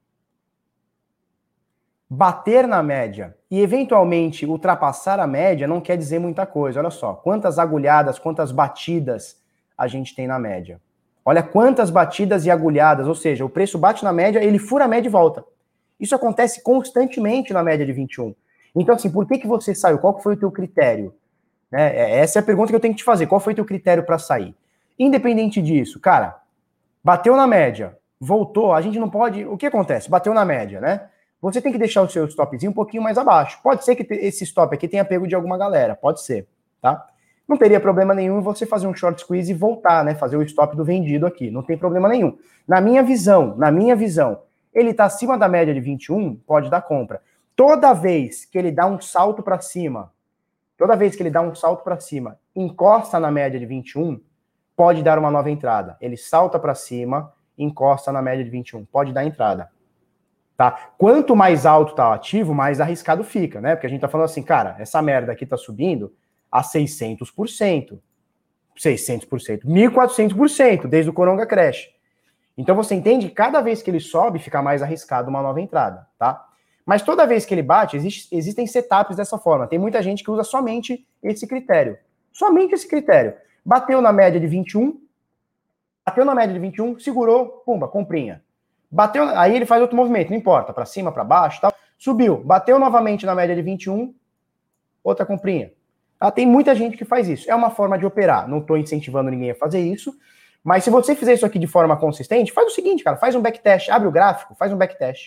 Bater na média e eventualmente ultrapassar a média não quer dizer muita coisa. Olha só, quantas agulhadas, quantas batidas a gente tem na média. Olha quantas batidas e agulhadas, ou seja, o preço bate na média, ele fura a média e volta. Isso acontece constantemente na média de 21. Então, assim, por que você saiu? Qual foi o teu critério? Essa é a pergunta que eu tenho que te fazer. Qual foi o teu critério para sair? Independente disso, cara, bateu na média, voltou, a gente não pode... O que acontece? Bateu na média, né? Você tem que deixar o seu stopzinho um pouquinho mais abaixo. Pode ser que esse stop aqui tenha pego de alguma galera, pode ser, tá? Não teria problema nenhum em você fazer um short squeeze e voltar, né? Fazer o stop do vendido aqui, não tem problema nenhum. Na minha visão, ele tá acima da média de 21, pode dar compra. Toda vez que ele dá um salto para cima, encosta na média de 21, pode dar uma nova entrada. Ele salta para cima, encosta na média de 21, pode dar entrada. Tá? Quanto mais alto tá o ativo, mais arriscado fica, né? Porque a gente tá falando assim, cara, essa merda aqui tá subindo a 600%, 1.400%, desde o Coronga Crash. Então você entende que cada vez que ele sobe, fica mais arriscado uma nova entrada, tá? Mas toda vez que ele bate, existem setups dessa forma. Tem muita gente que usa somente esse critério. Somente esse critério. Bateu na média de 21, segurou, pumba, comprinha. Bateu, aí ele faz outro movimento, não importa, para cima, para baixo, tal. Subiu, bateu novamente na média de 21, outra comprinha. Tá? Tem muita gente que faz isso. É uma forma de operar. Não estou incentivando ninguém a fazer isso, mas se você fizer isso aqui de forma consistente, faz o seguinte, cara, faz um backtest, abre o gráfico, faz um backtest.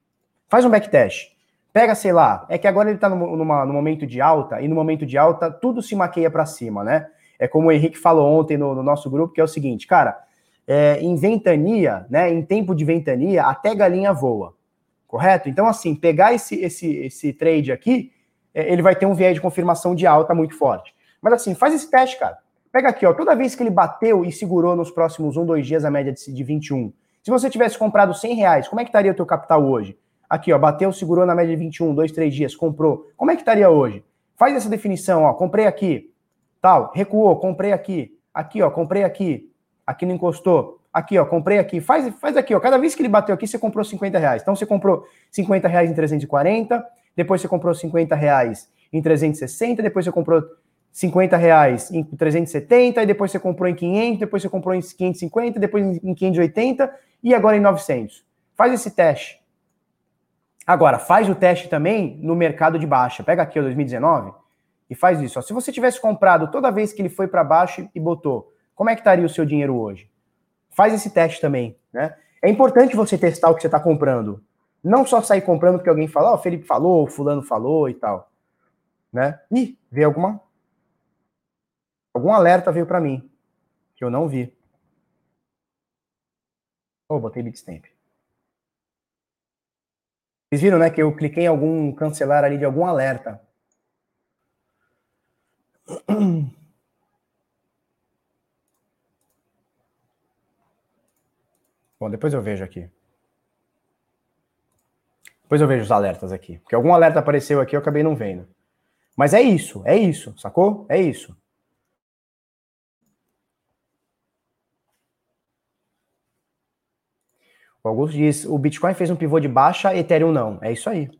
Pega, sei lá, é que agora ele está no momento de alta, e no momento de alta tudo se maqueia para cima, né? É como o Henrique falou ontem no nosso grupo, que é o seguinte, cara, em ventania, né, em tempo de ventania, até galinha voa, correto? Então, assim, pegar esse trade aqui, ele vai ter um viés de confirmação de alta muito forte. Mas assim, faz esse teste, cara. Pega aqui, ó, toda vez que ele bateu e segurou nos próximos 1, 2 dias a média de 21, se você tivesse comprado R$100, como é que estaria o teu capital hoje? Aqui, ó, bateu, segurou na média de 21, 2, 3 dias, comprou. Como é que estaria hoje? Faz essa definição, ó, comprei aqui, tal, recuou, comprei aqui, ó, comprei aqui não encostou, Aqui, ó, comprei aqui. Faz aqui, ó. Cada vez que ele bateu aqui, você comprou 50 reais. Então, você comprou 50 reais em 340, depois você comprou 50 reais em 360, depois você comprou 50 reais em 370, e depois você comprou em 500, depois você comprou em 550, depois em 580 e agora em 900. Faz esse teste. Agora, faz o teste também no mercado de baixa. Pega aqui o 2019 e faz isso. Ó. Se você tivesse comprado toda vez que ele foi para baixo e botou, como é que estaria o seu dinheiro hoje? Faz esse teste também, né? É importante você testar o que você está comprando. Não só sair comprando porque alguém fala, ó, o Felipe falou, o fulano falou e tal. Né? Ih, veio algum alerta veio para mim, que eu não vi. Oh, botei Bitstamp. Vocês viram, né, que eu cliquei em algum cancelar ali de algum alerta. Bom, depois eu vejo aqui. Depois eu vejo os alertas aqui. Porque algum alerta apareceu aqui, eu acabei não vendo. Mas é isso, sacou? É isso. O Augusto diz, o Bitcoin fez um pivô de baixa, Ethereum não. É isso aí.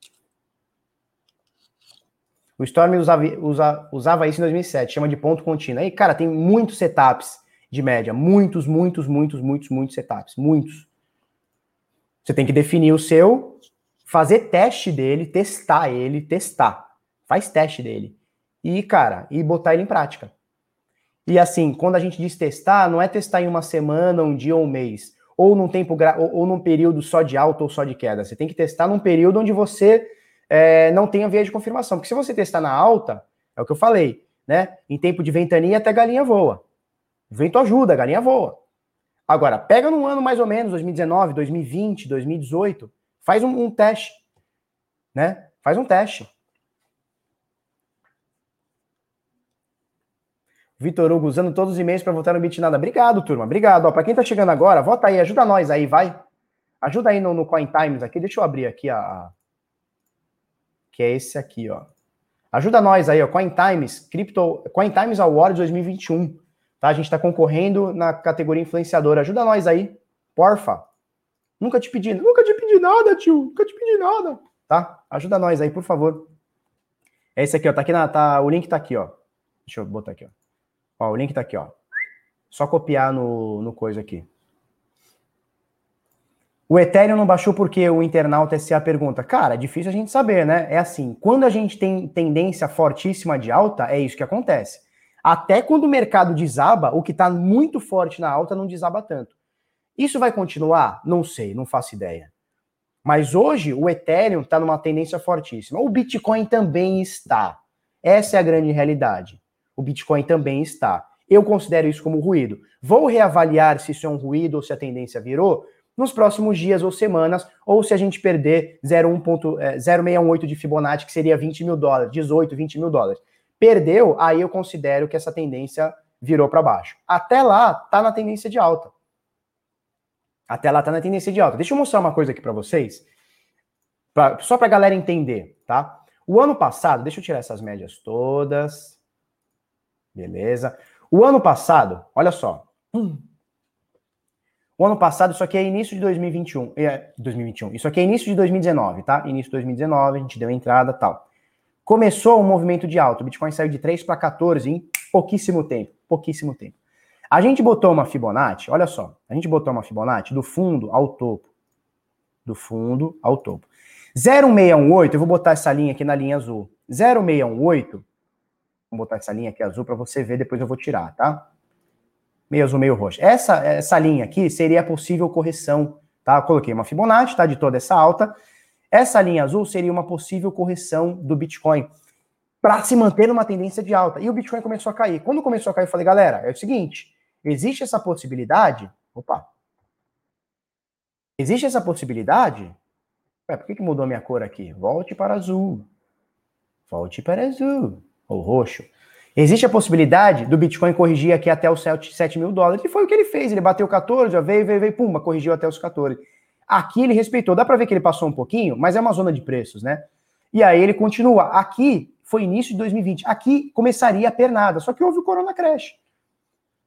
O Storm usava isso em 2007, chama de ponto contínuo. Aí, cara, tem muitos setups de média. Muitos setups. Muitos. Você tem que definir o seu, fazer teste dele, testar. Faz teste dele. E, cara, e botar ele em prática. E assim, quando a gente diz testar, não é testar em uma semana, um dia ou um mês. Ou num tempo ou num período só de alta ou só de queda. Você tem que testar num período onde você não tenha viés de confirmação. Porque se você testar na alta, é o que eu falei, né? Em tempo de ventania até galinha voa. O vento ajuda, a galinha voa. Agora, pega num ano mais ou menos, 2019, 2020, 2018, faz um teste, né? Faz um teste. Vitor Hugo, usando todos os e-mails para votar no Bitnada. Obrigado, turma. Obrigado. Ó, para quem tá chegando agora, vota aí, ajuda nós aí, vai. Ajuda aí no Coin Times aqui. Deixa eu abrir aqui que é esse aqui, ó. Ajuda nós aí, ó. Coin Times, Coin Times Awards 2021. Tá? A gente está concorrendo na categoria influenciadora. Ajuda nós aí, porfa. Nunca te pedi nada, tio. Nunca te pedi nada. Tá? Ajuda nós aí, por favor. É esse aqui, ó. Tá aqui o link tá aqui, ó. Deixa eu botar aqui, ó. Ó, o link tá aqui, ó. Só copiar no coisa aqui. O Ethereum não baixou porque o internauta SA pergunta. Cara, é difícil a gente saber, né? É assim, quando a gente tem tendência fortíssima de alta, é isso que acontece. Até quando o mercado desaba, o que está muito forte na alta não desaba tanto. Isso vai continuar? Não sei, não faço ideia. Mas hoje o Ethereum está numa tendência fortíssima. O Bitcoin também está. Essa é a grande realidade. O Bitcoin também está. Eu considero isso como ruído. Vou reavaliar se isso é um ruído ou se a tendência virou nos próximos dias ou semanas, ou se a gente perder 0,618 de Fibonacci, que seria 20 mil dólares, 18, 20 mil dólares. Perdeu, aí eu considero que essa tendência virou para baixo. Até lá, tá na tendência de alta. Até lá tá na tendência de alta. Deixa eu mostrar uma coisa aqui para vocês, só para a galera entender, tá? O ano passado, deixa eu tirar essas médias todas. Beleza. O ano passado, olha só. O ano passado, isso aqui é início de 2021. Isso aqui é início de 2019, tá? Início de 2019, a gente deu entrada e tal. Começou um movimento de alta. O Bitcoin saiu de 3 para 14 em pouquíssimo tempo. Pouquíssimo tempo. A gente botou uma Fibonacci, olha só. A gente botou uma Fibonacci do fundo ao topo. Do fundo ao topo. 0,618, eu vou botar essa linha aqui na linha azul. 0,618, vou botar essa linha aqui azul para você ver, depois eu vou tirar, tá? Meio azul, meio roxo. Essa linha aqui seria a possível correção, tá? Eu coloquei uma Fibonacci, tá? De toda essa alta. Essa linha azul seria uma possível correção do Bitcoin para se manter numa tendência de alta. E o Bitcoin começou a cair. Quando começou a cair, eu falei, galera, é o seguinte, existe essa possibilidade... Opa! Existe essa possibilidade... Por que mudou a minha cor aqui? Volte para azul. Volte para azul. Ou roxo. Existe a possibilidade do Bitcoin corrigir aqui até os 7 mil dólares. E foi o que ele fez. Ele bateu 14, já veio, pumba, corrigiu até os 14. Aqui ele respeitou. Dá para ver que ele passou um pouquinho, mas é uma zona de preços, né? E aí ele continua. Aqui foi início de 2020. Aqui começaria a pernada. Só que houve o Corona Crash.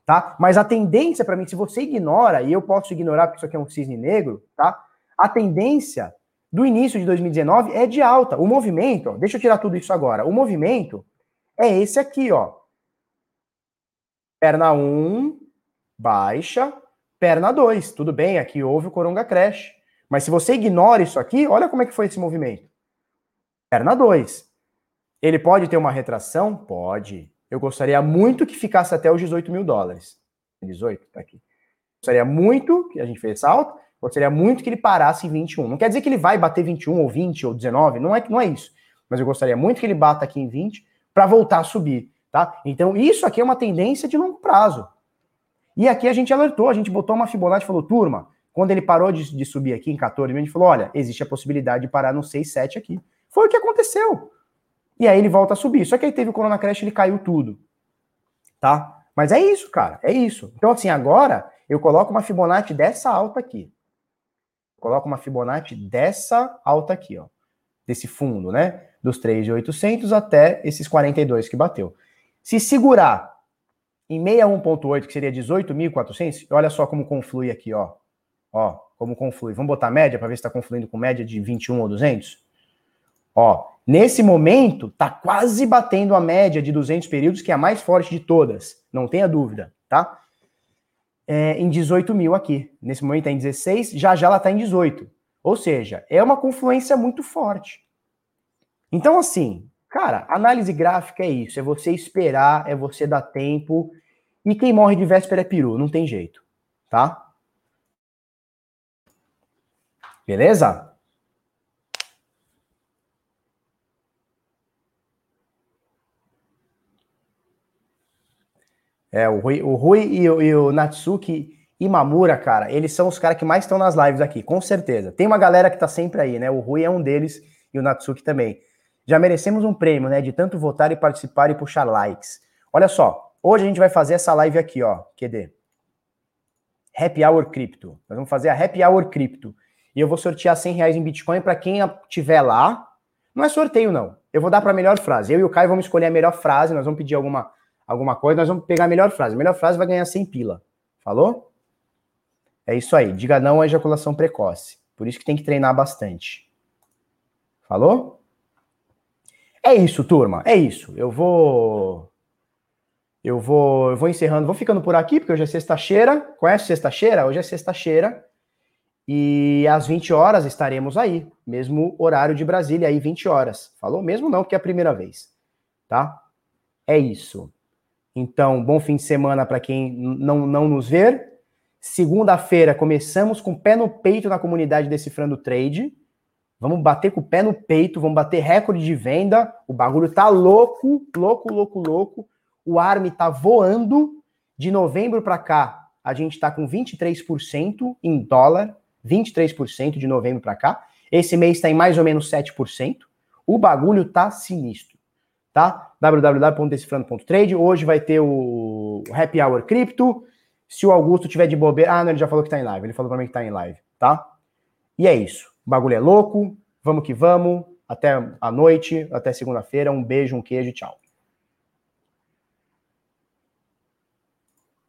tá? Mas a tendência para mim, se você ignora, e eu posso ignorar porque isso aqui é um cisne negro, tá? A tendência do início de 2019 é de alta. O movimento, ó, deixa eu tirar tudo isso agora. O movimento é esse aqui, ó. Perna 1, baixa, perna 2. Tudo bem, aqui houve o coronga crash. Mas se você ignora isso aqui, olha como é que foi esse movimento. Perna 2. Ele pode ter uma retração? Pode. Eu gostaria muito que ficasse até os 18 mil dólares. 18, tá aqui. Gostaria muito que a gente fez salto. Gostaria muito que ele parasse em 21. Não quer dizer que ele vai bater 21 ou 20 ou 19, não é isso. Mas eu gostaria muito que ele bata aqui em 20 para voltar a subir, tá? Então isso aqui é uma tendência de longo prazo. E aqui a gente alertou, a gente botou uma Fibonacci e falou, turma, quando ele parou de subir aqui em 14 mil, a gente falou, olha, existe a possibilidade de parar no 6, 7 aqui. Foi o que aconteceu. E aí ele volta a subir. Só que aí teve o Corona Crash, ele caiu tudo. Tá? Mas é isso, cara. É isso. Então, assim, agora eu coloco uma Fibonacci dessa alta aqui. Coloco uma Fibonacci dessa alta aqui, ó. Desse fundo, né? Dos 3.800 até esses 42 que bateu. Se segurar em 61.8, que seria 18.400, olha só como conflui aqui, ó. Ó, como conflui. Vamos botar média para ver se está confluindo com média de 21 ou 200? Ó, nesse momento, tá quase batendo a média de 200 períodos, que é a mais forte de todas. Não tenha dúvida, tá? Em 18 mil aqui. Nesse momento tá em 16, já ela tá em 18. Ou seja, é uma confluência muito forte. Então, assim, cara, análise gráfica é isso. É você esperar, é você dar tempo. E quem morre de véspera é peru, não tem jeito, tá? Beleza? O Rui e o Natsuki Imamura, cara, eles são os caras que mais estão nas lives aqui, com certeza. Tem uma galera que tá sempre aí, né? O Rui é um deles e o Natsuki também. Já merecemos um prêmio, né? De tanto votar e participar e puxar likes. Olha só, hoje a gente vai fazer essa live aqui, ó. QD. Happy Hour Crypto. Nós vamos fazer a Happy Hour Crypto. E eu vou sortear R$100 em Bitcoin para quem tiver lá. Não é sorteio, não. Eu vou dar para a melhor frase. Eu e o Caio vamos escolher a melhor frase, nós vamos pedir alguma coisa, nós vamos pegar a melhor frase. A melhor frase vai ganhar 100 pila. Falou? É isso aí. Diga não à ejaculação precoce. Por isso que tem que treinar bastante. Falou? É isso, turma. É isso. Eu vou encerrando. Vou ficando por aqui, porque hoje é sexta-feira. Conhece sexta-feira? Hoje é sexta-feira. E às 20 horas estaremos aí. Mesmo horário de Brasília, aí 20 horas. Falou? Mesmo não, porque é a primeira vez. Tá? É isso. Então, bom fim de semana para quem não nos ver. Segunda-feira começamos com o pé no peito na comunidade Decifrando Trade. Vamos bater com o pé no peito, vamos bater recorde de venda. O bagulho tá louco, louco, louco, louco. O ARM tá voando. De novembro para cá, a gente tá com 23% em dólar. 23% de novembro para cá. Esse mês tá em mais ou menos 7%. O bagulho tá sinistro. Tá? www.decifrando.trade. Hoje vai ter o Happy Hour Crypto. Se o Augusto tiver de bobeira... Ah, não, ele já falou que tá em live. Ele falou pra mim que tá em live, tá? E é isso. O bagulho é louco. Vamos que vamos. Até a noite. Até segunda-feira. Um beijo, um queijo. Tchau.